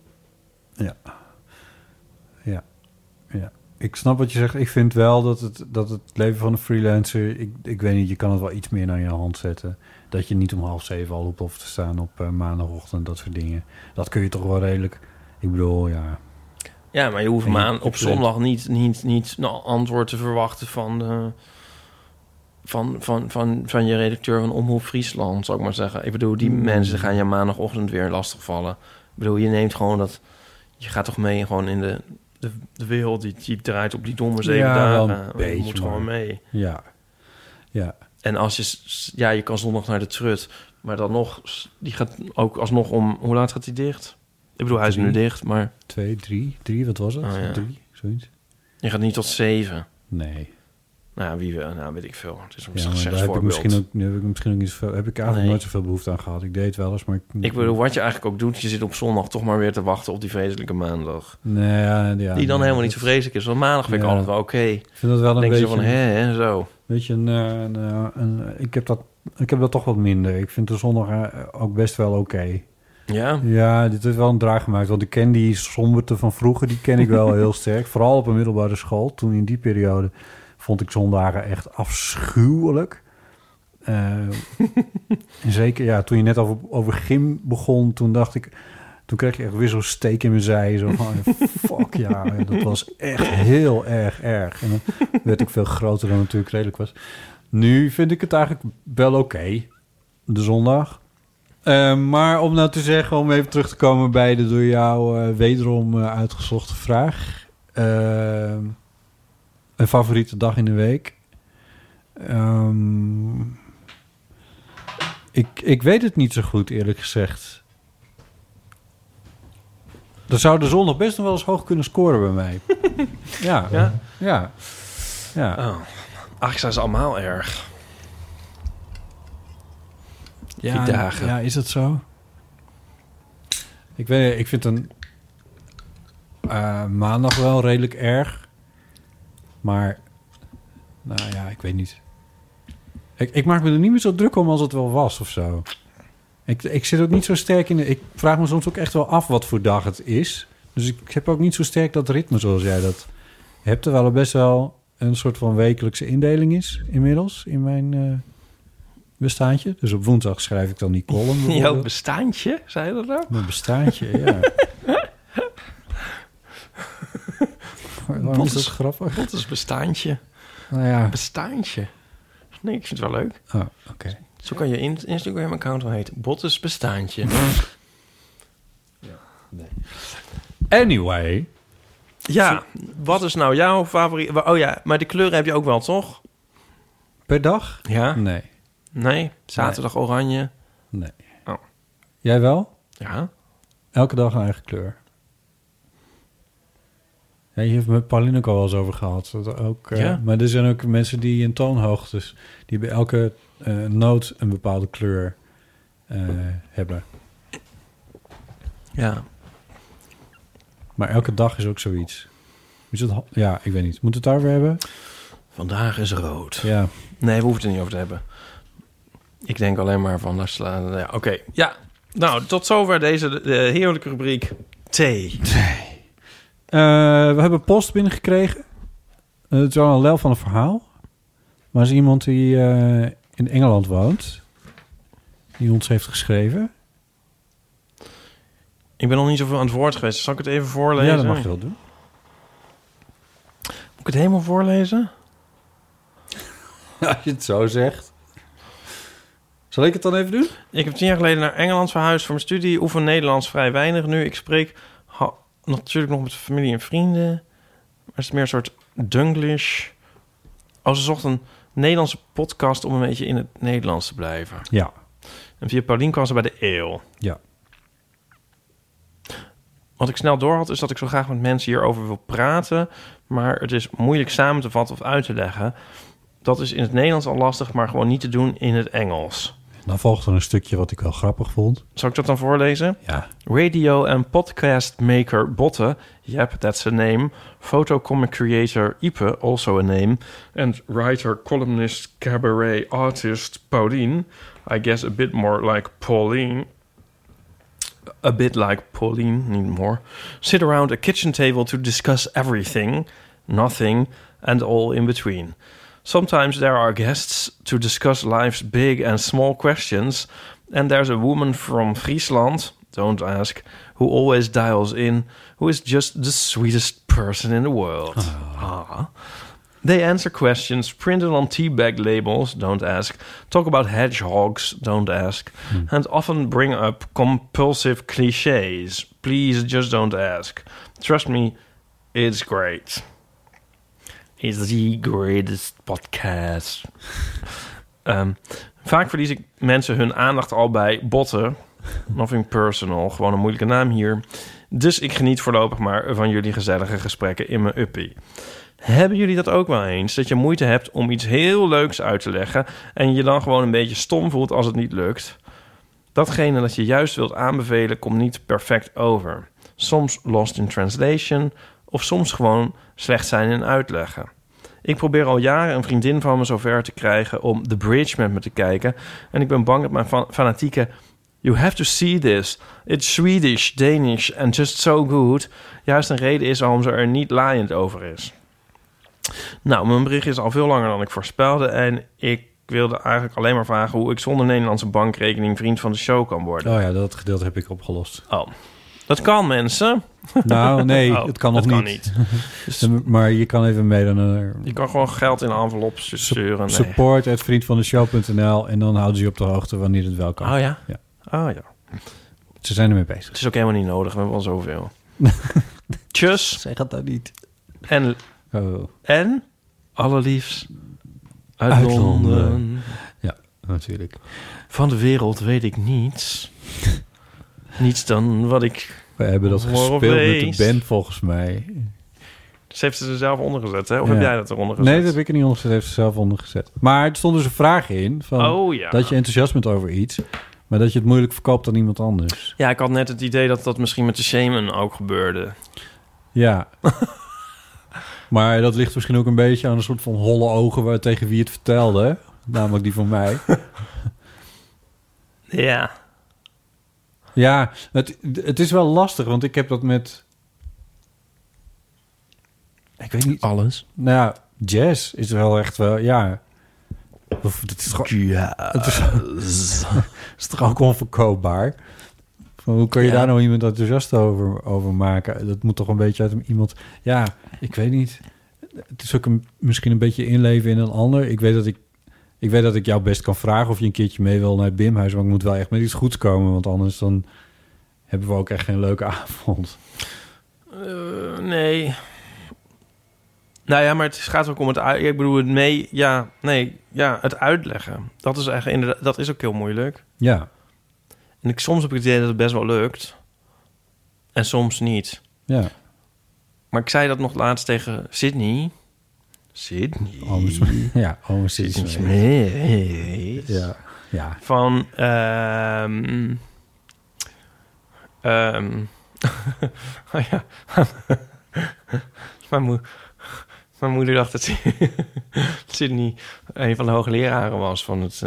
Ik snap wat je zegt. Ik vind wel dat het leven van een freelancer... Ik weet niet, je kan het wel iets meer naar je hand zetten. Dat je niet om 6:30 al op hoeft te staan op maandagochtend, dat soort dingen. Dat kun je toch wel redelijk... Ik bedoel, ja... Ja, maar je hoeft maar op zondag niet antwoord te verwachten van je redacteur van Omroep Friesland, zou ik maar zeggen. Ik bedoel, die mensen gaan je maandagochtend weer lastigvallen. Ik bedoel, je neemt gewoon dat... Je gaat toch mee gewoon in de wereld die draait op die domme 7 dagen. Je moet gewoon mee. Ja. En als je kan zondag naar de trut, maar dan nog, die gaat ook alsnog om... Hoe laat gaat hij dicht? Ik bedoel, hij is nu dicht, maar... 2, 3, wat was het? 3, zoiets. Je gaat niet tot 7. Nee. Nou, weet ik veel. Het is een Ja, maar slecht daar heb ik voorbeeld. misschien ook niet zoveel... Heb ik eigenlijk nooit zoveel behoefte aan gehad. Ik deed het wel eens, maar... Ik bedoel, wat je eigenlijk ook doet... je zit op zondag toch maar weer te wachten op die vreselijke maandag. Nee, die dan helemaal niet zo vreselijk is. Want maandag vind ik altijd wel oké. Ik vind dat wel een denk beetje... Denk je van, zo. Weet je, ik heb dat toch wat minder. Ik vind de zondag ook best wel oké. Ja? Ja, dit heeft wel een draai gemaakt. Want ik ken die somberte van vroeger, die ken ik wel heel sterk. Vooral op een middelbare school. Toen in die periode vond ik zondagen echt afschuwelijk. En zeker, ja, toen je net over gym begon, toen dacht ik... Toen kreeg ik echt weer zo'n steek in mijn zij. Zo van, fuck ja, dat was echt heel erg. En dan werd ik veel groter dan natuurlijk redelijk was. Nu vind ik het eigenlijk wel oké, de zondag. Maar om nou te zeggen, om even terug te komen bij de door jou wederom uitgezochte vraag. Een favoriete dag in de week. Ik weet het niet zo goed, eerlijk gezegd. Dan zou de zondag best nog wel eens hoog kunnen scoren bij mij. Ja. Oh. Eigenlijk zijn ze allemaal erg. Ja, die dagen. Ja, is dat zo? Ik weet, ik vind een maandag wel redelijk erg. Maar, nou ja, ik weet niet. Ik maak me er niet meer zo druk om als het wel was of zo. Ik zit ook niet zo sterk in... Ik vraag me soms ook echt wel af wat voor dag het is. Dus ik heb ook niet zo sterk dat ritme zoals jij dat hebt. Terwijl er best wel een soort van wekelijkse indeling is inmiddels in mijn bestaantje. Dus op woensdag schrijf ik dan die column. Jouw bestaantje, zei je dat nou? Mijn bestaantje, ja. Waarom is dat grappig? Wat is bestaantje? Nou ja. Bestaantje? Nee, ik vind het wel leuk. Oh, oké. Zo kan je Instagram-account wel heten. Bottes bestaantje. Ja, nee. Anyway. Ja, wat is nou jouw favoriet? Oh ja, maar de kleuren heb je ook wel, toch? Per dag? Ja. Nee. Nee? Zaterdag oranje? Nee. Oh. Jij wel? Ja. Elke dag een eigen kleur. Ja, je hebt met Pauline ook al wel eens over gehad. Dat ook, ja. Maar er zijn ook mensen die in toonhoogtes... die bij elke noot een bepaalde kleur hebben. Ja. Maar elke dag is ook zoiets. Is het, ja, ik weet niet. Moet het daarover hebben? Vandaag is rood. Ja. Nee, we hoeven het er niet over te hebben. Ik denk alleen maar van... Ja, oké. Ja. Nou, tot zover deze heerlijke rubriek thee. We hebben post binnengekregen. Het is wel een lel van een verhaal. Maar er is iemand die in Engeland woont. Die ons heeft geschreven. Ik ben nog niet zoveel aan het woord geweest. Zal ik het even voorlezen? Ja, dat mag je wel doen. Moet ik het helemaal voorlezen? Als je het zo zegt. Zal ik het dan even doen? Ik heb 10 jaar geleden naar Engeland verhuisd voor mijn studie. Oefen Nederlands vrij weinig nu. Ik spreek natuurlijk nog met familie en vrienden. Maar het is meer een soort Dunglish. Ze zocht een Nederlandse podcast om een beetje in het Nederlands te blijven. Ja. En via Paulien kwam ze bij de eeuw. Ja. Wat ik snel door had, is dat ik zo graag met mensen hierover wil praten. Maar het is moeilijk samen te vatten of uit te leggen. Dat is in het Nederlands al lastig, maar gewoon niet te doen in het Engels. Dan volgt er een stukje wat ik wel grappig vond. Zal ik dat dan voorlezen? Ja. Radio en podcast maker Botte, yep, that's a name. Photo comic creator Ipe, also a name. And writer, columnist, cabaret artist Pauline. I guess a bit more like Pauline. A bit like Pauline, need more. Sit around a kitchen table to discuss everything, nothing, and all in between. Sometimes there are guests to discuss life's big and small questions, and there's a woman from Friesland, don't ask, who always dials in, who is just the sweetest person in the world. Ah. They answer questions printed on tea bag labels, don't ask, talk about hedgehogs, don't ask, and often bring up compulsive cliches. Please just don't ask. Trust me, it's great. It's the greatest podcast. Vaak verlies ik mensen hun aandacht al bij Botte. Nothing personal. Gewoon een moeilijke naam hier. Dus ik geniet voorlopig maar van jullie gezellige gesprekken in mijn uppie. Hebben jullie dat ook wel eens? Dat je moeite hebt om iets heel leuks uit te leggen en je dan gewoon een beetje stom voelt als het niet lukt? Datgene dat je juist wilt aanbevelen komt niet perfect over. Soms lost in translation of soms gewoon slecht zijn in uitleggen. Ik probeer al jaren een vriendin van me zover te krijgen om The Bridge met me te kijken. En ik ben bang dat mijn fanatieke "You have to see this. It's Swedish, Danish and just so good" juist een reden is waarom ze er niet laaiend over is. Nou, mijn bericht is al veel langer dan ik voorspelde en ik wilde eigenlijk alleen maar vragen hoe ik zonder Nederlandse bankrekening vriend van de show kan worden. Oh ja, dat gedeelte heb ik opgelost. Oh, dat kan, mensen. Nou, nee, het kan nog niet. Dus, maar je kan even mee naar... Je kan gewoon geld in een envelop sturen. Nee. Support@vriendvandeshow.nl en dan houden ze je op de hoogte wanneer het wel kan. Oh ja? Ja. Oh ja. Ze zijn ermee bezig. Het is ook helemaal niet nodig. We hebben al zoveel. Tjus. Zeg dat nou niet. En allerliefst uit Londen. Ja, natuurlijk. Van de wereld weet ik niets. Niets dan wat ik... We hebben dat gespeeld met de band volgens mij. Ze heeft ze er zelf onder gezet, hè? Of heb jij dat eronder gezet? Nee, dat heb ik er niet onder gezet. Heeft ze zelf onder gezet. Maar er stond dus een vraag in van dat je enthousiast bent over iets, maar dat je het moeilijk verkoopt aan iemand anders. Ja, ik had net het idee dat dat misschien met de Shaman ook gebeurde. Ja. Maar dat ligt misschien ook een beetje aan een soort van holle ogen tegen wie het vertelde. Namelijk die van mij. Ja. Ja, het is wel lastig, want ik heb dat met... Ik weet niet... Alles? Nou ja, jazz is wel echt wel... Ja. Het is gewoon... Ja. Het is toch ook onverkoopbaar? Van, hoe kan je daar nou iemand enthousiast over maken? Dat moet toch een beetje uit iemand... Ja, ik weet niet. Het is ook misschien een beetje inleven in een ander. Ik weet dat ik jou best kan vragen of je een keertje mee wil naar het Bimhuis, maar ik moet wel echt met iets goeds komen, want anders dan hebben we ook echt geen leuke avond. Nee. Nou ja, maar het gaat ook om het ik bedoel het mee. Ja, nee, ja, het uitleggen. Dat is eigenlijk inderdaad, dat is ook heel moeilijk. Ja. En soms heb ik het idee dat het best wel lukt, en soms niet. Ja. Maar ik zei dat nog laatst tegen Sydney. Ja, Sydney. Ja, ja. Van oh ja. Mijn moeder dacht dat Sydney een van de hoogleraren was van het...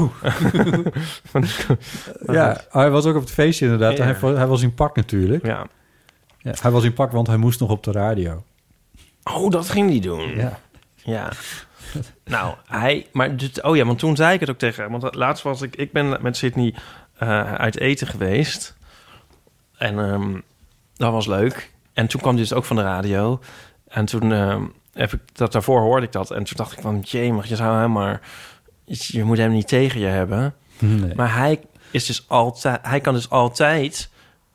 Ja, hij was ook op het feestje inderdaad. Ja. Hij was in pak natuurlijk. Ja. Ja, hij was in pak, want hij moest nog op de radio. Oh, dat ging hij doen. Ja. Ja. Nou, want toen zei ik het ook tegen hem. Want laatst was ik ben met Sydney uit eten geweest. En dat was leuk. En toen kwam hij dus ook van de radio. En toen daarvoor hoorde ik dat. En toen dacht ik van, jee, je zou hem maar... Je moet hem niet tegen je hebben. Nee. Maar hij kan dus altijd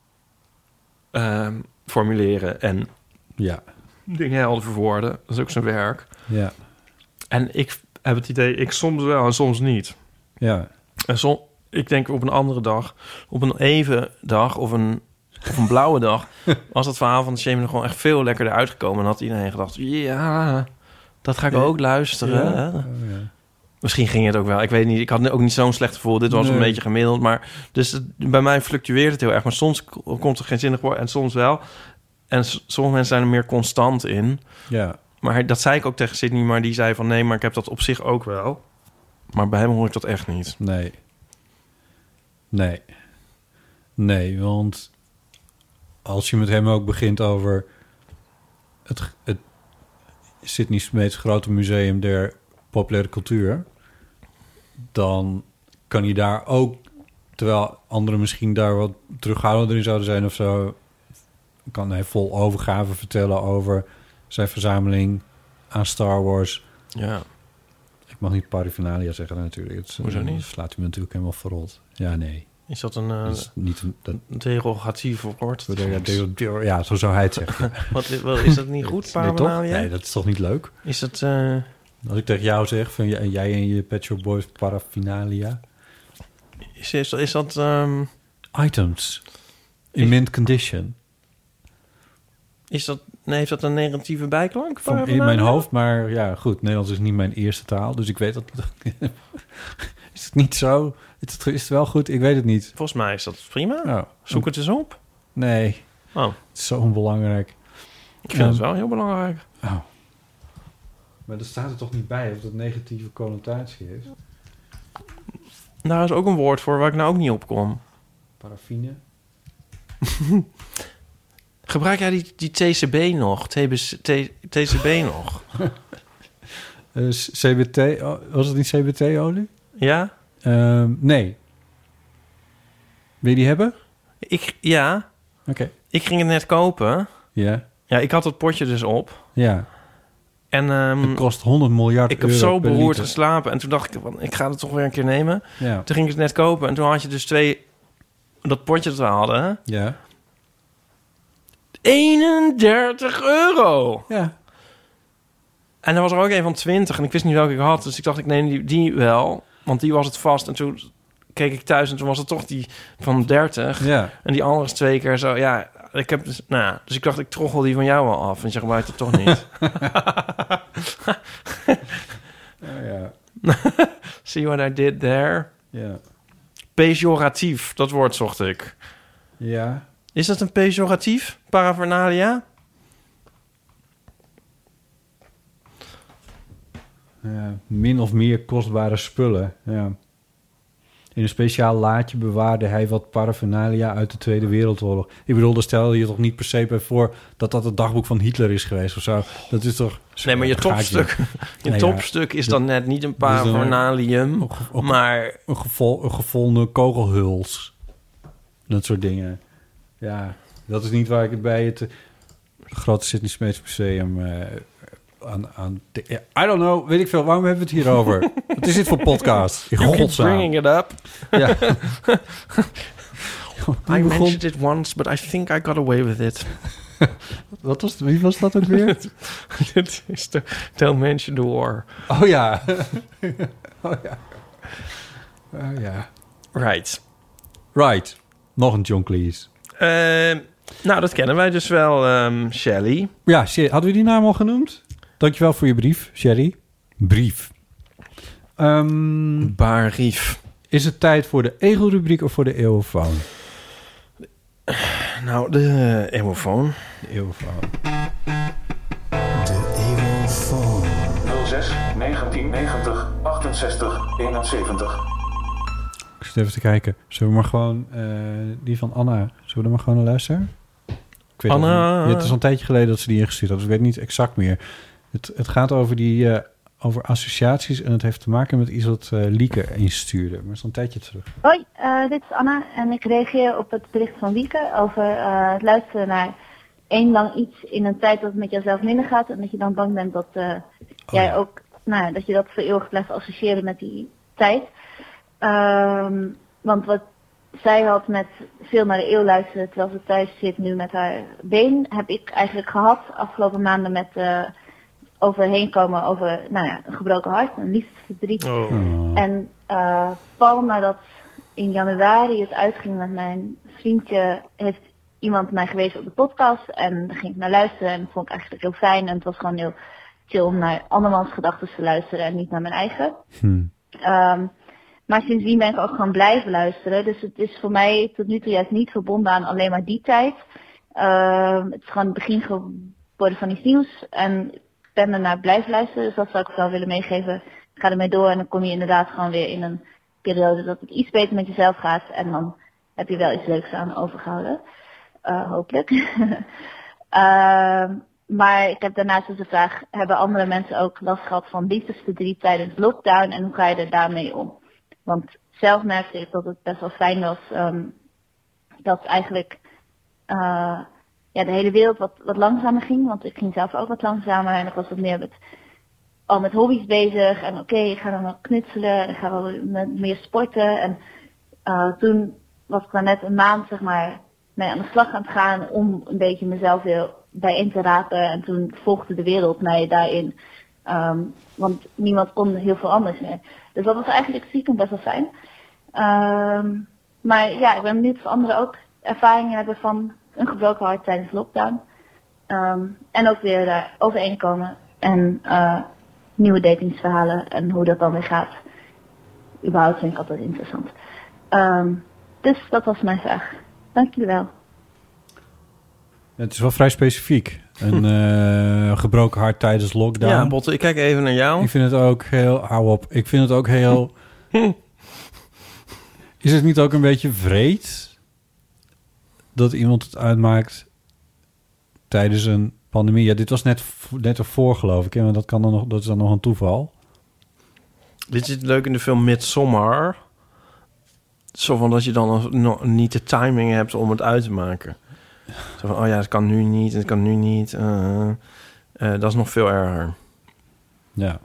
formuleren en dingen helder verwoorden. Dat is ook zijn werk. Ja. En ik heb het idee, ik soms wel en soms niet. Ja. En ik denk op een andere dag, op een even dag of een blauwe dag, was dat verhaal van de Shaman gewoon echt veel lekkerder uitgekomen. En had iedereen gedacht, ja, dat ga ik ook luisteren. Ja. Oh, ja. Misschien ging het ook wel. Ik weet niet. Ik had ook niet zo'n slecht gevoel. Dit was een beetje gemiddeld. Maar dus bij mij fluctueert het heel erg. Maar soms komt er geen zinnig woord en soms wel. En sommige mensen zijn er meer constant in. Ja. Maar dat zei ik ook tegen Sydney. Maar die zei van nee, maar ik heb dat op zich ook wel. Maar bij hem hoor ik dat echt niet. Nee, want als je met hem ook begint over het Sydney Smeets grote museum der populaire cultuur, dan kan hij daar ook, terwijl anderen misschien daar wat terughoudender in zouden zijn of zo, kan hij vol overgave vertellen over zijn verzameling aan Star Wars. Ja. Ik mag niet paraphernalia zeggen natuurlijk. Hoezo niet? Slaat u me natuurlijk helemaal verrot. Ja, nee. Is dat een derogatief woord? Ja, zo zou hij het zeggen. Wat is dat niet goed, paraphernalia? Nee, dat is toch niet leuk? Is dat... Als ik tegen jou zeg, van jij en je Pet Shop Boys paraphernalia. Is dat... items in mint condition. Heeft dat een negatieve bijklank? In mijn hoofd, maar ja, goed. Nederlands is niet mijn eerste taal, dus ik weet dat... Is het niet zo? Is het wel goed? Ik weet het niet. Volgens mij is dat prima. Oh. Zoek het eens op. Nee. Oh. Het is zo onbelangrijk. Ik vind het wel heel belangrijk. Oh. Maar er staat er toch niet bij of dat negatieve connotatie is? Daar is ook een woord voor waar ik nou ook niet op kom. Paraffine? Gebruik jij die TCB nog? TCB nog? CBT? Was het niet CBT-olie? Ja? Nee. Wil je die hebben? Ja. Oké. Ik ging het net kopen. Ja. Ja, ik had het potje dus op. Ja. En het kost 100 miljard ik euro heb zo per beroerd liter. geslapen. En toen dacht ik, ik ga het toch weer een keer nemen. Ja. Toen ging ik het net kopen. En toen had je dus dat potje dat we hadden. Ja. 31 euro. Ja. En er was er ook een van 20. En ik wist niet welke ik had. Dus ik dacht, ik neem die wel. Want die was het vast. En toen keek ik thuis. En toen was het toch die van 30. Ja. En die andere is 2 keer zo. Ja, ik heb dus... Nou ja, dus ik dacht, ik troggel die van jou wel af. Want je gebruikt het toch niet. Ja. See what I did there? Ja. Pejoratief, dat woord zocht ik. Ja. Is dat een pejoratief? Paraphernalia? Ja, min of meer kostbare spullen. Ja. In een speciaal laadje bewaarde hij wat paraphernalia uit de Tweede Wereldoorlog. Ik bedoel, daar stel je toch niet per se bij voor dat het dagboek van Hitler is geweest of zo. Dat is toch... Nee, maar je topstuk is dan net niet een paraphernalium, maar... Een gevonden kogelhuls. Dat soort dingen. Ja, dat is niet waar ik het bij het grote Sydney Smeets Museum... I don't know, weet ik veel. Waarom hebben we het hier over? Wat is dit voor podcast? You keep bringing it up. Ja. I mentioned it once, but I think I got away with it. Wie was dat ook weer? Dit is de Don't Mention the War. Oh ja. Oh ja. Oh ja. Right. Nog een John Cleese. Nou, dat kennen wij dus wel, Shelley. Ja, hadden we die naam al genoemd? Dankjewel voor je brief, Sherry. Brief. Barief. Is het tijd voor de egelrubriek of voor de eeuwfoon? Nou, de eeuwfoon. De eeuwfoon. De eeuwfoon. 06 1990 68 71. Ik zit even te kijken. Zullen we maar gewoon die van Anna... Zullen we er maar gewoon naar luisteren? Ik weet Anna. Het is al een tijdje geleden dat ze die ingestuurd had. Dus ik weet niet exact meer. Het gaat over over associaties en het heeft te maken met iets wat Lieke instuurde. Maar het is al een tijdje terug. Hoi, dit is Anna en ik reageer op het bericht van Lieke over het luisteren naar één lang iets in een tijd dat het met jezelf minder gaat. En dat je dan bang bent dat jij ook, dat je dat voor eeuwig blijft associëren met die tijd. Want wat zij had met veel naar de eeuw luisteren terwijl ze thuis zit nu met haar been, heb ik eigenlijk gehad afgelopen maanden met overheen komen over een gebroken hart, een liefdesverdriet. Oh. En pal nadat in januari het uitging met mijn vriendje, heeft iemand mij gewezen op de podcast en daar ging ik naar luisteren en dat vond ik eigenlijk heel fijn en het was gewoon heel chill om naar andermans gedachten te luisteren en niet naar mijn eigen. Maar sindsdien ben ik ook gewoon blijven luisteren. Dus het is voor mij tot nu toe juist niet verbonden aan alleen maar die tijd. Het is gewoon het begin geworden van iets nieuws. En ik ben ernaar blijven luisteren. Dus dat zou ik wel willen meegeven. Ga ermee door en dan kom je inderdaad gewoon weer in een periode dat het iets beter met jezelf gaat. En dan heb je wel iets leuks aan overgehouden. Hopelijk. Maar ik heb daarnaast dus de vraag, hebben andere mensen ook last gehad van liefdesverdriet tijdens lockdown? En hoe ga je er daarmee om? Want zelf merkte ik dat het best wel fijn was dat eigenlijk de hele wereld wat langzamer ging. Want ik ging zelf ook wat langzamer en ik was wat meer met hobby's bezig. En ik ga dan wel knutselen en ik ga wel meer sporten. En toen was ik dan net een maand mee aan de slag aan het gaan om een beetje mezelf weer bijeen te rapen. En toen volgde de wereld mij daarin. Want niemand kon heel veel anders meer. Dus dat was eigenlijk stiekem best wel fijn. Maar ja, ik ben benieuwd of anderen ook ervaringen hebben van een gebroken hart tijdens lockdown. En ook weer daar overeenkomen. En nieuwe datingsverhalen en hoe dat dan weer gaat. Überhaupt vind ik altijd interessant. Dus dat was mijn vraag. Dank jullie wel. Het is wel vrij specifiek. Een gebroken hart tijdens lockdown. Ja, Botte, ik kijk even naar jou. Ik vind het ook heel... Hou op. Ik vind het ook heel... Is het niet ook een beetje wreed dat iemand het uitmaakt tijdens een pandemie? Ja, dit was net ervoor, geloof ik. Hè? Want dat is dan nog een toeval. Dit zit leuk in de film Midsommar. Zo van dat je dan nog niet de timing hebt om het uit te maken. Zo van, oh ja, het kan nu niet, het kan nu niet. Dat is nog veel erger. Ja.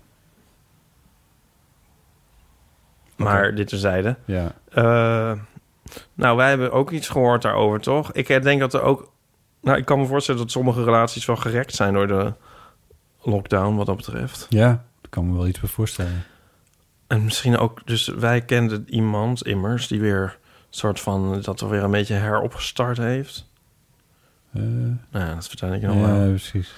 Maar dit terzijde. Ja. Nou, wij hebben ook iets gehoord daarover, toch? Ik denk dat er ook... Nou, ik kan me voorstellen dat sommige relaties wel gerekt zijn door de lockdown, wat dat betreft. Ja, daar kan me wel iets bij voorstellen. En misschien ook... Dus wij kenden iemand, immers, die weer soort van... dat er weer een beetje heropgestart heeft. Nou ja, dat vertel ik je nog wel. Ja, precies.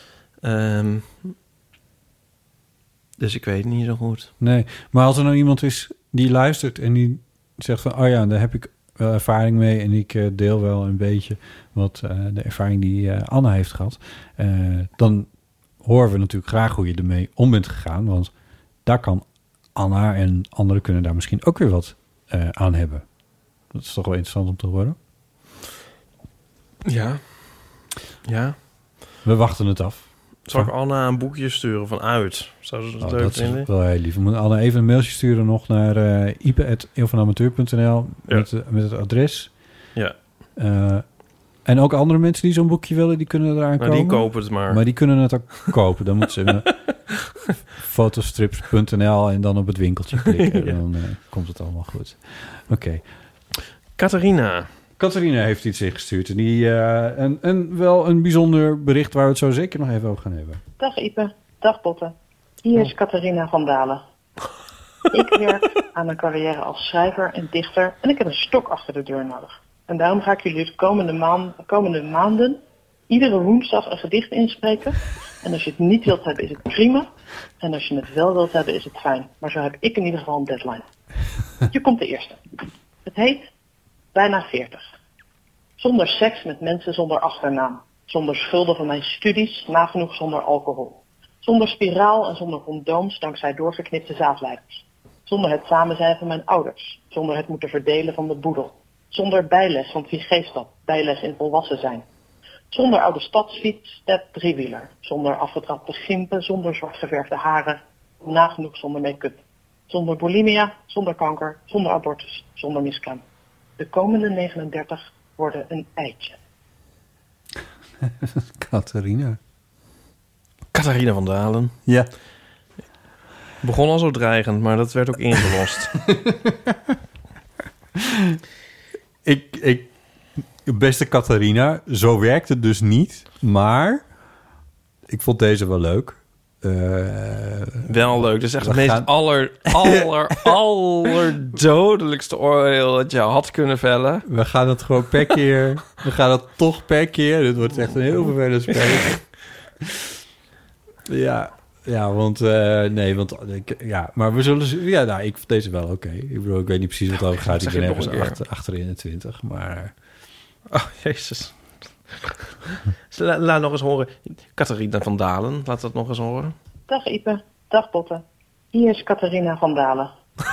Dus ik weet het niet zo goed. Nee, maar als er nou iemand is die luistert en die zegt van... oh ja, daar heb ik wel ervaring mee en ik deel wel een beetje wat de ervaring die Anna heeft gehad. Dan horen we natuurlijk graag hoe je ermee om bent gegaan. Want daar kan Anna en anderen kunnen daar misschien ook weer wat aan hebben. Dat is toch wel interessant om te horen. Ja. Ja. We wachten het af. Zal ik Anna een boekje sturen van uit? Zou ze dat leuk vinden? Dat is wel heel lief. We moeten Anna even een mailtje sturen nog naar ipe@eeuwvanamateur.nl met het adres. Ja. En ook andere mensen die zo'n boekje willen, die kunnen eraan komen. Die kopen het maar. Maar die kunnen het ook kopen. Dan moeten ze naar fotostrips.nl en dan op het winkeltje klikken. Ja. Dan komt het allemaal goed. Oké. Catharina heeft iets ingestuurd. En die wel een bijzonder bericht waar we het zo zeker nog even over gaan hebben. Dag Ipe, dag Botte. Hier is Catharina van Dalen. Ik werk aan een carrière als schrijver en dichter en ik heb een stok achter de deur nodig. En daarom ga ik jullie de komende maanden iedere woensdag een gedicht inspreken. En als je het niet wilt hebben is het prima. En als je het wel wilt hebben is het fijn. Maar zo heb ik in ieder geval een deadline. Hier komt de eerste. Het heet Bijna 40. Zonder seks met mensen zonder achternaam. Zonder schulden van mijn studies, nagenoeg zonder alcohol. Zonder spiraal en zonder condooms dankzij doorgeknipte zaadleiders. Zonder het samen zijn van mijn ouders. Zonder het moeten verdelen van de boedel. Zonder bijles, want wie geeft dat? Bijles in volwassen zijn. Zonder oude stadsfiets, driewieler. Zonder afgetrapte gimpen, zonder zwartgeverfde haren. Nagenoeg zonder make-up. Zonder bulimia, zonder kanker, zonder abortus, zonder miskraam. De komende 39 worden een eitje. Catharina van Dalen. Ja. Begon al zo dreigend, maar dat werd ook ingelost. Beste Catharina, zo werkt het dus niet. Maar ik vond deze wel leuk. Wel leuk. Dat is echt het meest allerdodelijkste oordeel dat je had kunnen vellen. We gaan het gewoon per keer. We gaan het toch per keer. Dit wordt echt een heel vervelend spel. Ja, want maar we zullen... Ja, nou, ik vond deze wel oké. Ik bedoel, ik weet niet precies wat het over gaat. Ik ben ergens achterin de 20, maar... Oh, jezus. Laat nog eens horen. Catharina van Dalen, laat dat nog eens horen. Dag Ipe, dag Botte. Hier is Catharina van Dalen.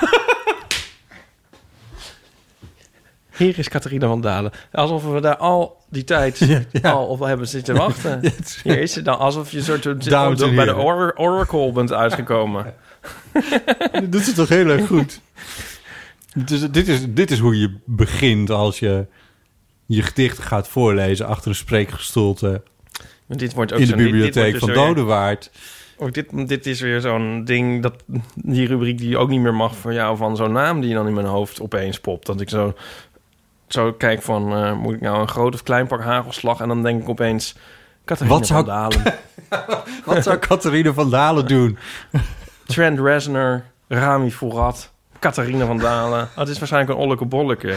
Hier is Catharina van Dalen. Alsof we daar al die tijd al op hebben zitten wachten. Hier is het dan, alsof je soort bij de Oracle bent uitgekomen. Dat is toch heel erg goed. Dit is hoe je begint als je gedicht gaat voorlezen achter een spreekgestoelte dit wordt ook in de bibliotheek van Dodewaard. Dit is weer zo'n ding, die rubriek die ook niet meer mag van jou, van zo'n naam die dan in mijn hoofd opeens popt. Dat ik zo kijk van, moet ik nou een groot of klein pak hagelslag? En dan denk ik opeens, Catharina van Dalen. Wat zou Catharina van Dalen doen? Trent Reznor, Rami Fouad. Catharina van Dalen. Het is waarschijnlijk een olleke bolleke.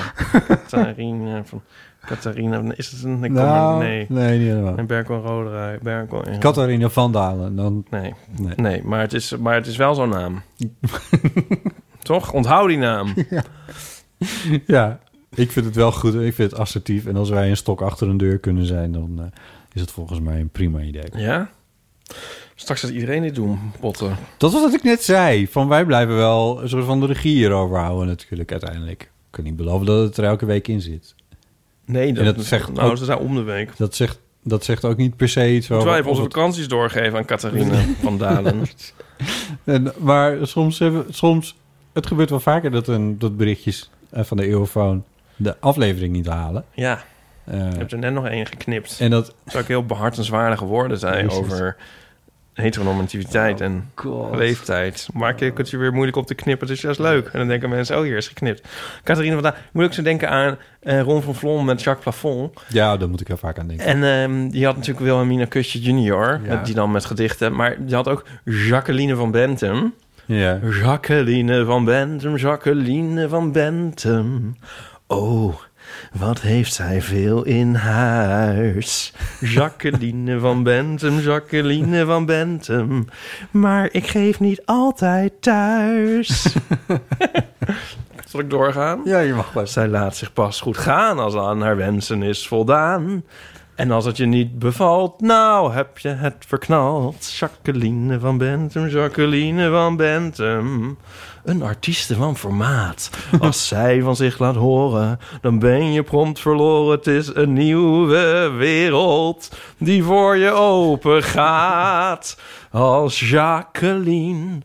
Catharina, is het een... Nee, niet helemaal. En Berko Roderij. Catharina van Dalen. Dan... Nee, maar het is wel zo'n naam. Toch? Onthoud die naam. Ja, ik vind het wel goed. Ik vind het assertief. En als wij een stok achter een deur kunnen zijn, dan is het volgens mij een prima idee. Ja? Straks gaat iedereen dit doen, Potten. Dat was wat ik net zei. Van wij blijven wel een soort van de regie hierover houden natuurlijk uiteindelijk. Ik kan niet beloven dat het er elke week in zit. Nee, dat zegt nou, ook, ze zijn om de week. Dat zegt ook niet per se iets over... Moeten wij even onze vakanties doorgeven aan Catharina van Dalen. Maar soms... Het gebeurt wel vaker dat berichtjes van de Eeuwfoon de aflevering niet halen. Ja, je hebt er net nog één geknipt. En dat zou ik heel behartenswaardige woorden zijn over heteronormativiteit en leeftijd. Maak je het je weer moeilijk op te knippen, het is juist leuk. En dan denken mensen, hier is geknipt. Catharina van Dalen, moet ik zo denken aan Ron van Vlon met Jacques Plafond. Ja, daar moet ik heel vaak aan denken. En die had natuurlijk Wilhelmina Kusje junior, die dan met gedichten. Maar die had ook Jacqueline van Bentum. Ja. Jacqueline van Bentum. Oh, wat heeft zij veel in huis. Jacqueline van Bentum. Maar ik geef niet altijd thuis. Zal ik doorgaan? Ja, je mag wel. Zij laat zich pas goed gaan als aan haar wensen is voldaan. En als het je niet bevalt, nou heb je het verknald. Jacqueline van Bentum. Een artieste van formaat. Als zij van zich laat horen, dan ben je prompt verloren. Het is een nieuwe wereld die voor je open gaat. Als Jacqueline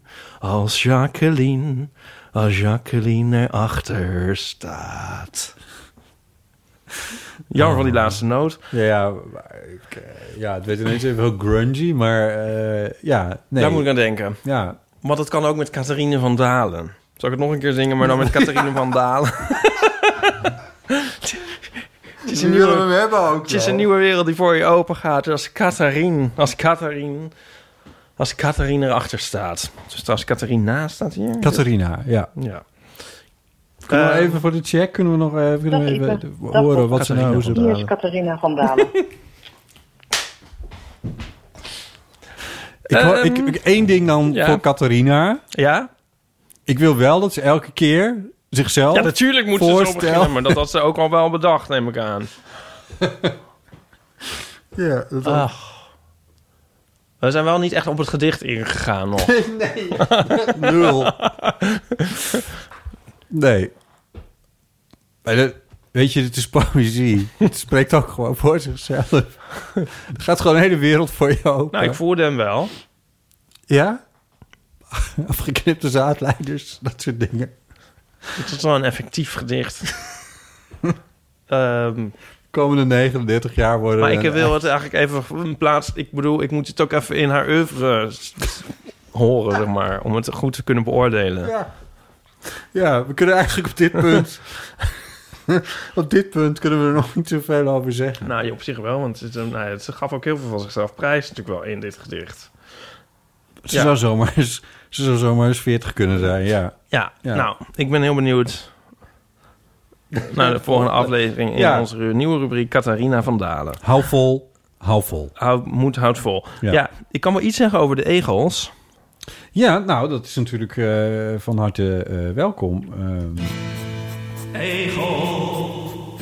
erachter staat. Jammer van die laatste noot. Ja, het werd ineens even heel grungy, maar nee. Daar moet ik aan denken. Ja. Want het kan ook met Catharina van Dalen. Zal ik het nog een keer zingen, maar dan met Catharina van Dalen? Het is een nieuwe wereld die voor je open gaat. Dus als Catharina erachter staat. Dus als Catharina staat hier. Catharina, ja. Kunnen we even voor de check, kunnen we nog even horen wat ze nou zo Hier is Catharina van Dalen. Ik één ding dan voor Catharina. Ja? Ik wil wel dat ze elke keer zichzelf Ja, natuurlijk moet ze zo beginnen, maar dat had ze ook al wel bedacht, neem ik aan. Ja, dat we zijn wel niet echt op het gedicht ingegaan nog. Nee, 0. Nee. Maar weet je, het is poëzie. Het spreekt ook gewoon voor zichzelf. Er gaat gewoon een hele wereld voor je open. Nou, ik voelde hem wel. Ja? Afgeknipte zaadleiders, dat soort dingen. Het is wel een effectief gedicht. Komende 39 jaar worden... Maar ik wil het eigenlijk even plaatsen. Ik bedoel, ik moet het ook even in haar oeuvre horen, zeg maar. Om het goed te kunnen beoordelen. Ja, we kunnen eigenlijk op dit punt... op dit punt kunnen we er nog niet zoveel over zeggen. Nou, op zich wel, want het gaf ook heel veel van zichzelf prijs natuurlijk wel in dit gedicht. Ze zou zomaar eens 40 kunnen zijn, ja. Nou, ik ben heel benieuwd naar de volgende aflevering in onze nieuwe rubriek Catharina van Dalen. Hou vol. Houd vol. Ja, ik kan wel iets zeggen over de egels. Ja, nou, dat is natuurlijk van harte welkom. Egel.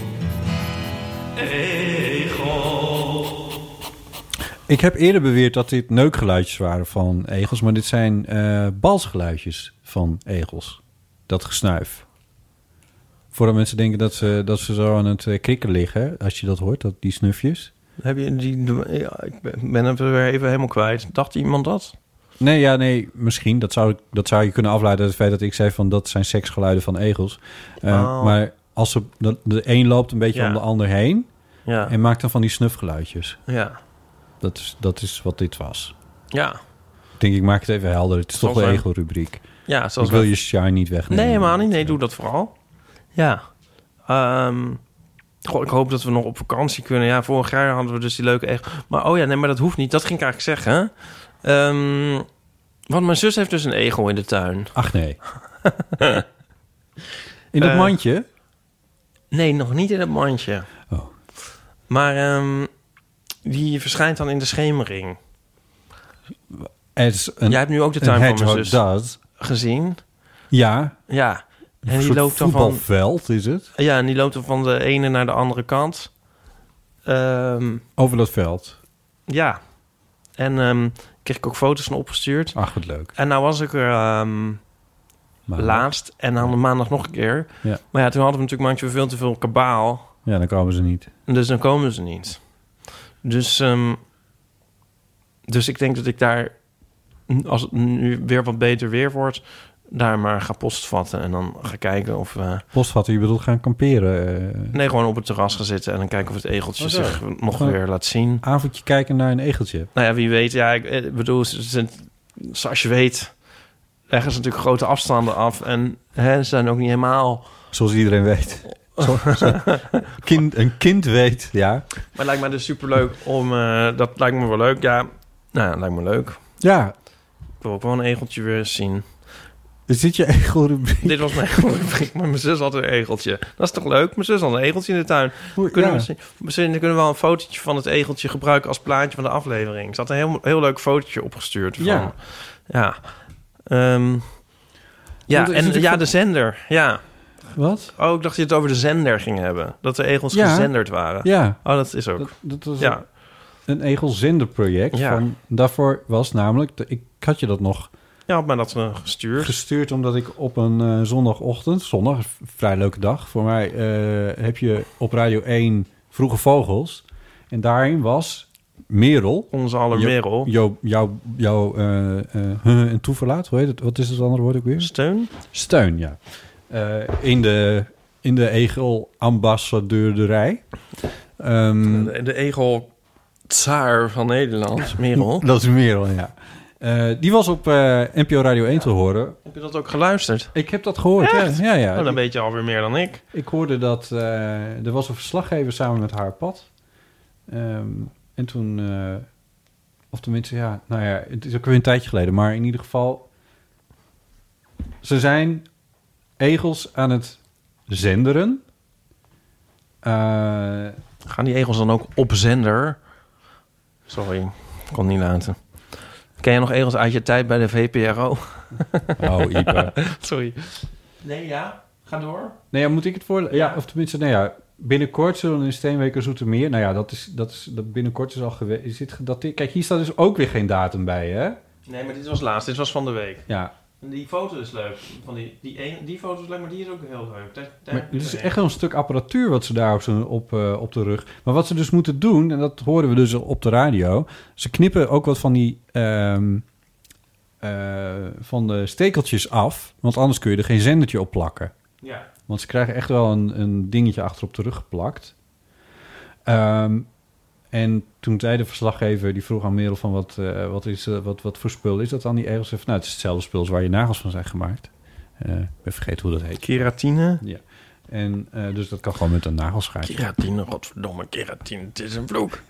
Ik heb eerder beweerd dat dit neukgeluidjes waren van egels, maar dit zijn balsgeluidjes van egels. Dat gesnuif. Voordat mensen denken dat ze zo aan het krikken liggen, als je dat hoort, die snufjes. Heb je ik ben het weer even helemaal kwijt. Dacht iemand dat? Nee, misschien. Dat zou je kunnen afleiden uit het feit dat ik zei van dat zijn seksgeluiden van egels. Maar als de een loopt een beetje om de ander heen en maakt dan van die snufgeluidjes. Ja. Dat is wat dit was. Ja. Ik maak het even helder. Het is toch de ego-rubriek. Ja, ik wil je shine niet wegnemen. Nee, helemaal niet. Nee, doe dat vooral. Ja. Ik hoop dat we nog op vakantie kunnen. Ja, vorig jaar hadden we dus die leuke egel. Maar maar dat hoeft niet. Dat ging ik eigenlijk zeggen. Want mijn zus heeft dus een egel in de tuin. Ach nee. In dat mandje? Nee, nog niet in het mandje. Oh. Maar die verschijnt dan in de schemering. Jij hebt nu ook de tuin van mijn zus gezien. Ja. Ja. En die loopt dan voetbalveld is het? Ja, en die loopt dan van de ene naar de andere kant. Over dat veld? Ja. En kreeg ik ook foto's van opgestuurd. Ach, wat leuk. En nou was ik er laatst en dan de maandag nog een keer. Ja. Maar ja, toen hadden we natuurlijk veel te veel kabaal. Ja, dan komen ze niet. Dus dan komen ze niet. Dus ik denk dat ik daar, als het nu weer wat beter weer wordt, daar maar ga postvatten en dan ga kijken of... Postvatten, je bedoelt gaan kamperen? Nee, gewoon op het terras gaan zitten en dan kijken of het egeltje zich nog weer laat zien. Avondje kijken naar een egeltje. Nou ja, wie weet. Ja, ik bedoel, zoals je weet, leggen ze natuurlijk grote afstanden af en ze zijn ook niet helemaal... Zoals iedereen weet. Een kind weet, ja. Maar het lijkt mij dus superleuk om... dat lijkt me wel leuk, ja. Nou, dat lijkt me leuk. Ja. Ik wil ook wel een egeltje weer zien. Is dit je egelrubriek? Dit was mijn egelrubriek, maar mijn zus had een egeltje. Dat is toch leuk? Mijn zus had een egeltje in de tuin. Misschien kunnen we wel een fotootje van het egeltje gebruiken als plaatje van de aflevering. Ze had een heel leuk fotootje opgestuurd. Van, ja. De zender. Ja. Wat? Oh, ik dacht dat je het over de zender ging hebben. Dat de egels gezenderd waren. Ja. Oh, dat is ook. Dat was een egelzenderproject. Ja. Daarvoor was namelijk... Ik had je dat nog... Ja, had mij dat gestuurd. Gestuurd omdat ik op een zondagochtend... Zondag, een vrij leuke dag. Voor mij heb je op Radio 1 Vroege Vogels. En daarin was Merel. Onze aller Merel. Jouw en toeverlaat. Hoe heet het? Wat is het andere woord ook weer? Steun, ja. In de egel-ambassadeurderij. De egel-tsaar van Nederland, Merel. Dat is Merel, ja. Die was op NPO Radio 1 te horen. Heb je dat ook geluisterd? Ik heb dat gehoord, ja. Oh, dan weet je alweer meer dan ik. Ik hoorde dat er was een verslaggever samen met haar pad. En toen... of tenminste, het is ook weer een tijdje geleden. Maar in ieder geval... Ze zijn egels aan het zenderen. Gaan die egels dan ook op zender? Sorry, ik kon het niet laten. Ken je nog egels uit je tijd bij de VPRO? Oh, Ipe. Sorry. Nee, ja. Ga door. Nee, ja, moet ik het voor? Ja, of tenminste, binnenkort zullen in Steenweken Zoetermeer... Nou ja, dat binnenkort is al geweest. Is dit gedateerd? Kijk, hier staat dus ook weer geen datum bij, hè? Nee, maar dit was laatst. Dit was van de week. Ja. En die foto is leuk. Van die foto is leuk, maar die is ook heel leuk. Maar het is echt wel een stuk apparatuur wat ze daar op de rug... Maar wat ze dus moeten doen, en dat horen we dus op de radio... Ze knippen ook wat van die... van de stekeltjes af. Want anders kun je er geen zendertje op plakken. Ja. Want ze krijgen echt wel een dingetje achter op de rug geplakt. En toen zei de verslaggever, die vroeg aan Merel van wat voor spul is dat dan, die egels? Nou, het is hetzelfde spul als waar je nagels van zijn gemaakt. Ik ben vergeten hoe dat heet. Keratine? Ja. En dus dat kan gewoon met een nagelschaar. Keratine, godverdomme, keratine, het is een vloek.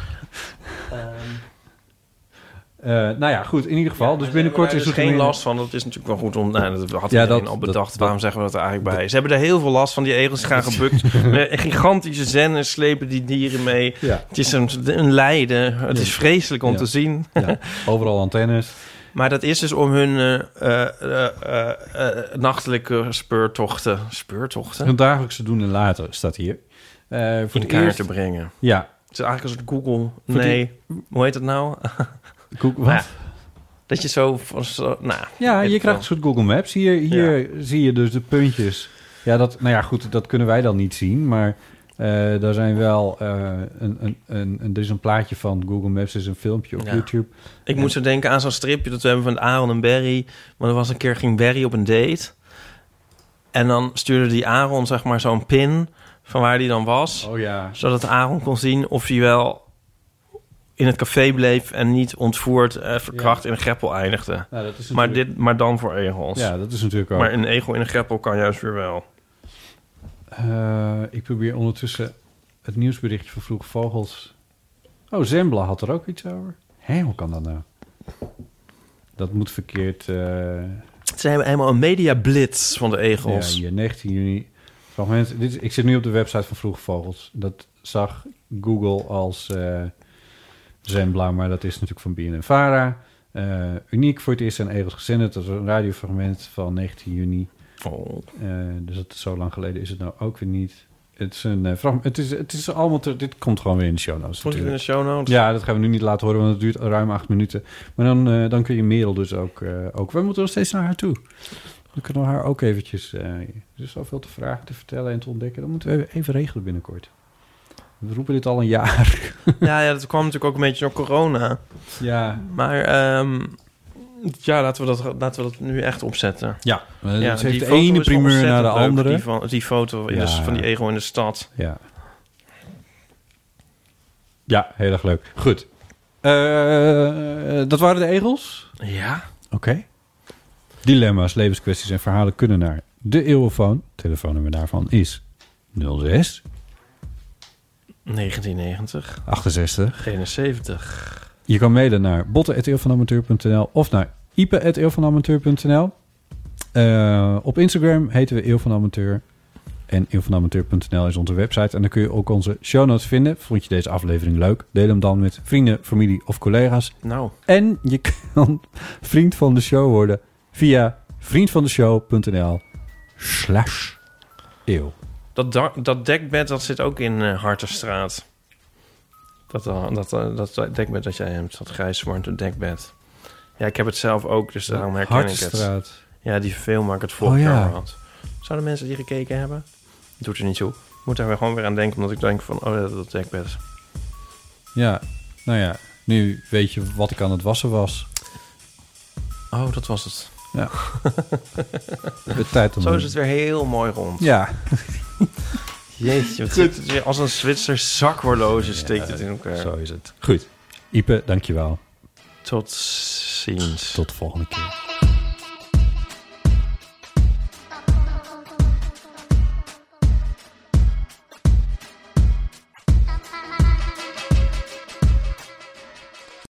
Nou ja, goed, in ieder geval. Dus binnenkort is er geen last van. Dat is natuurlijk wel goed om... Nou, dat had iedereen al bedacht. Waarom zeggen we dat er eigenlijk bij? Ze hebben er heel veel last van. Die egels gaan gebukt. Gigantische zenders slepen die dieren mee. Ja. Het is een lijden. Het is vreselijk om te zien. Ja. Overal antennes. Maar dat is dus om hun nachtelijke speurtochten. Speurtochten? Hun dagelijkse doen en laten, staat hier. Voor de kaart te brengen. Ja. Het is eigenlijk een soort Google. Nee, hoe heet dat nou? Google, wat? Dat je zo... ja, je krijgt een soort Google Maps. Hier zie je dus de puntjes. Ja, dat kunnen wij dan niet zien. Maar daar zijn wel... er is een plaatje van Google Maps. Er is een filmpje op YouTube. Ik moet zo denken aan zo'n stripje dat we hebben van Aaron en Barry. Maar er was een keer, ging Barry op een date. En dan stuurde die Aaron, zeg maar, zo'n pin van waar die dan was. Oh ja. Zodat Aaron kon zien of hij wel in het café bleef en niet ontvoerd, verkracht in een greppel eindigde. Ja, dat is maar dan voor egels. Ja, dat is natuurlijk ook. Maar een egel in een greppel kan juist weer wel. Ik probeer ondertussen het nieuwsberichtje van Vroege Vogels. Oh, Zembla had er ook iets over. Hé, hoe kan dat nou? Dat moet verkeerd... Het zijn helemaal een mediablitz van de egels. Ja, hier 19 juni. Fragment. Ik zit nu op de website van Vroege Vogels. Dat zag Google als Zembla, maar dat is natuurlijk van BNNVARA. Uniek voor het eerst zijn egels gezenderd. Dat is een radiofragment van 19 juni. Dus dat zo lang geleden is het nou ook weer niet. Het is een het is allemaal dit komt gewoon weer in de show notes. Komt het in de show notes? Ja, dat gaan we nu niet laten horen, want het duurt ruim 8 minuten. Maar dan kun je Merel dus ook. We moeten nog steeds naar haar toe. Dan kunnen we haar ook eventjes. Er is zoveel te vragen, te vertellen en te ontdekken. Dan moeten we even regelen binnenkort. We roepen dit al een jaar. Ja, dat kwam natuurlijk ook een beetje door corona. Ja. Maar laten we dat nu echt opzetten. Ja, het heeft die de foto ene is wel primeur naar de ontzettend leuk, andere. Die foto van die egel in de stad. Ja. Ja, heel erg leuk. Goed. Dat waren de egels? Ja. Oké. Dilemma's, levenskwesties en verhalen kunnen naar de Eeuwenfoon. Telefoonnummer daarvan is 06 1990 68 71. Je kan mailen naar botten@eeuwvanamateur.nl of naar ipe@eeuwvanamateur.nl. Op Instagram heten we Eeuw van Amateur. En eeuwvanamateur.nl is onze website. En dan kun je ook onze show notes vinden. Vond je deze aflevering leuk? Deel hem dan met vrienden, familie of collega's. Nou. En je kan vriend van de show worden via vriendvandeshow.nl/eeuw. Dat dekbed, dat zit ook in Hartenstraat. Dat dekbed dat jij hebt, dat grijs-zwarte dekbed. Ja, ik heb het zelf ook, dus daarom herken ik het. Ja, die film waar ik het vorig jaar had. Zouden mensen die gekeken hebben? Doet er niet toe. Ik moet daar weer gewoon weer aan denken, omdat ik denk van, dat dekbed. Ja, nou ja, nu weet je wat ik aan het wassen was. Oh, dat was het. Ja. De tijd om zo is het weer heel mooi rond. Ja. Jeetje, wat zit het weer als een Zwitser zakhorloge steekt het in elkaar. Zo is het. Goed. Ipe, dankjewel. Tot ziens. Tot de volgende keer.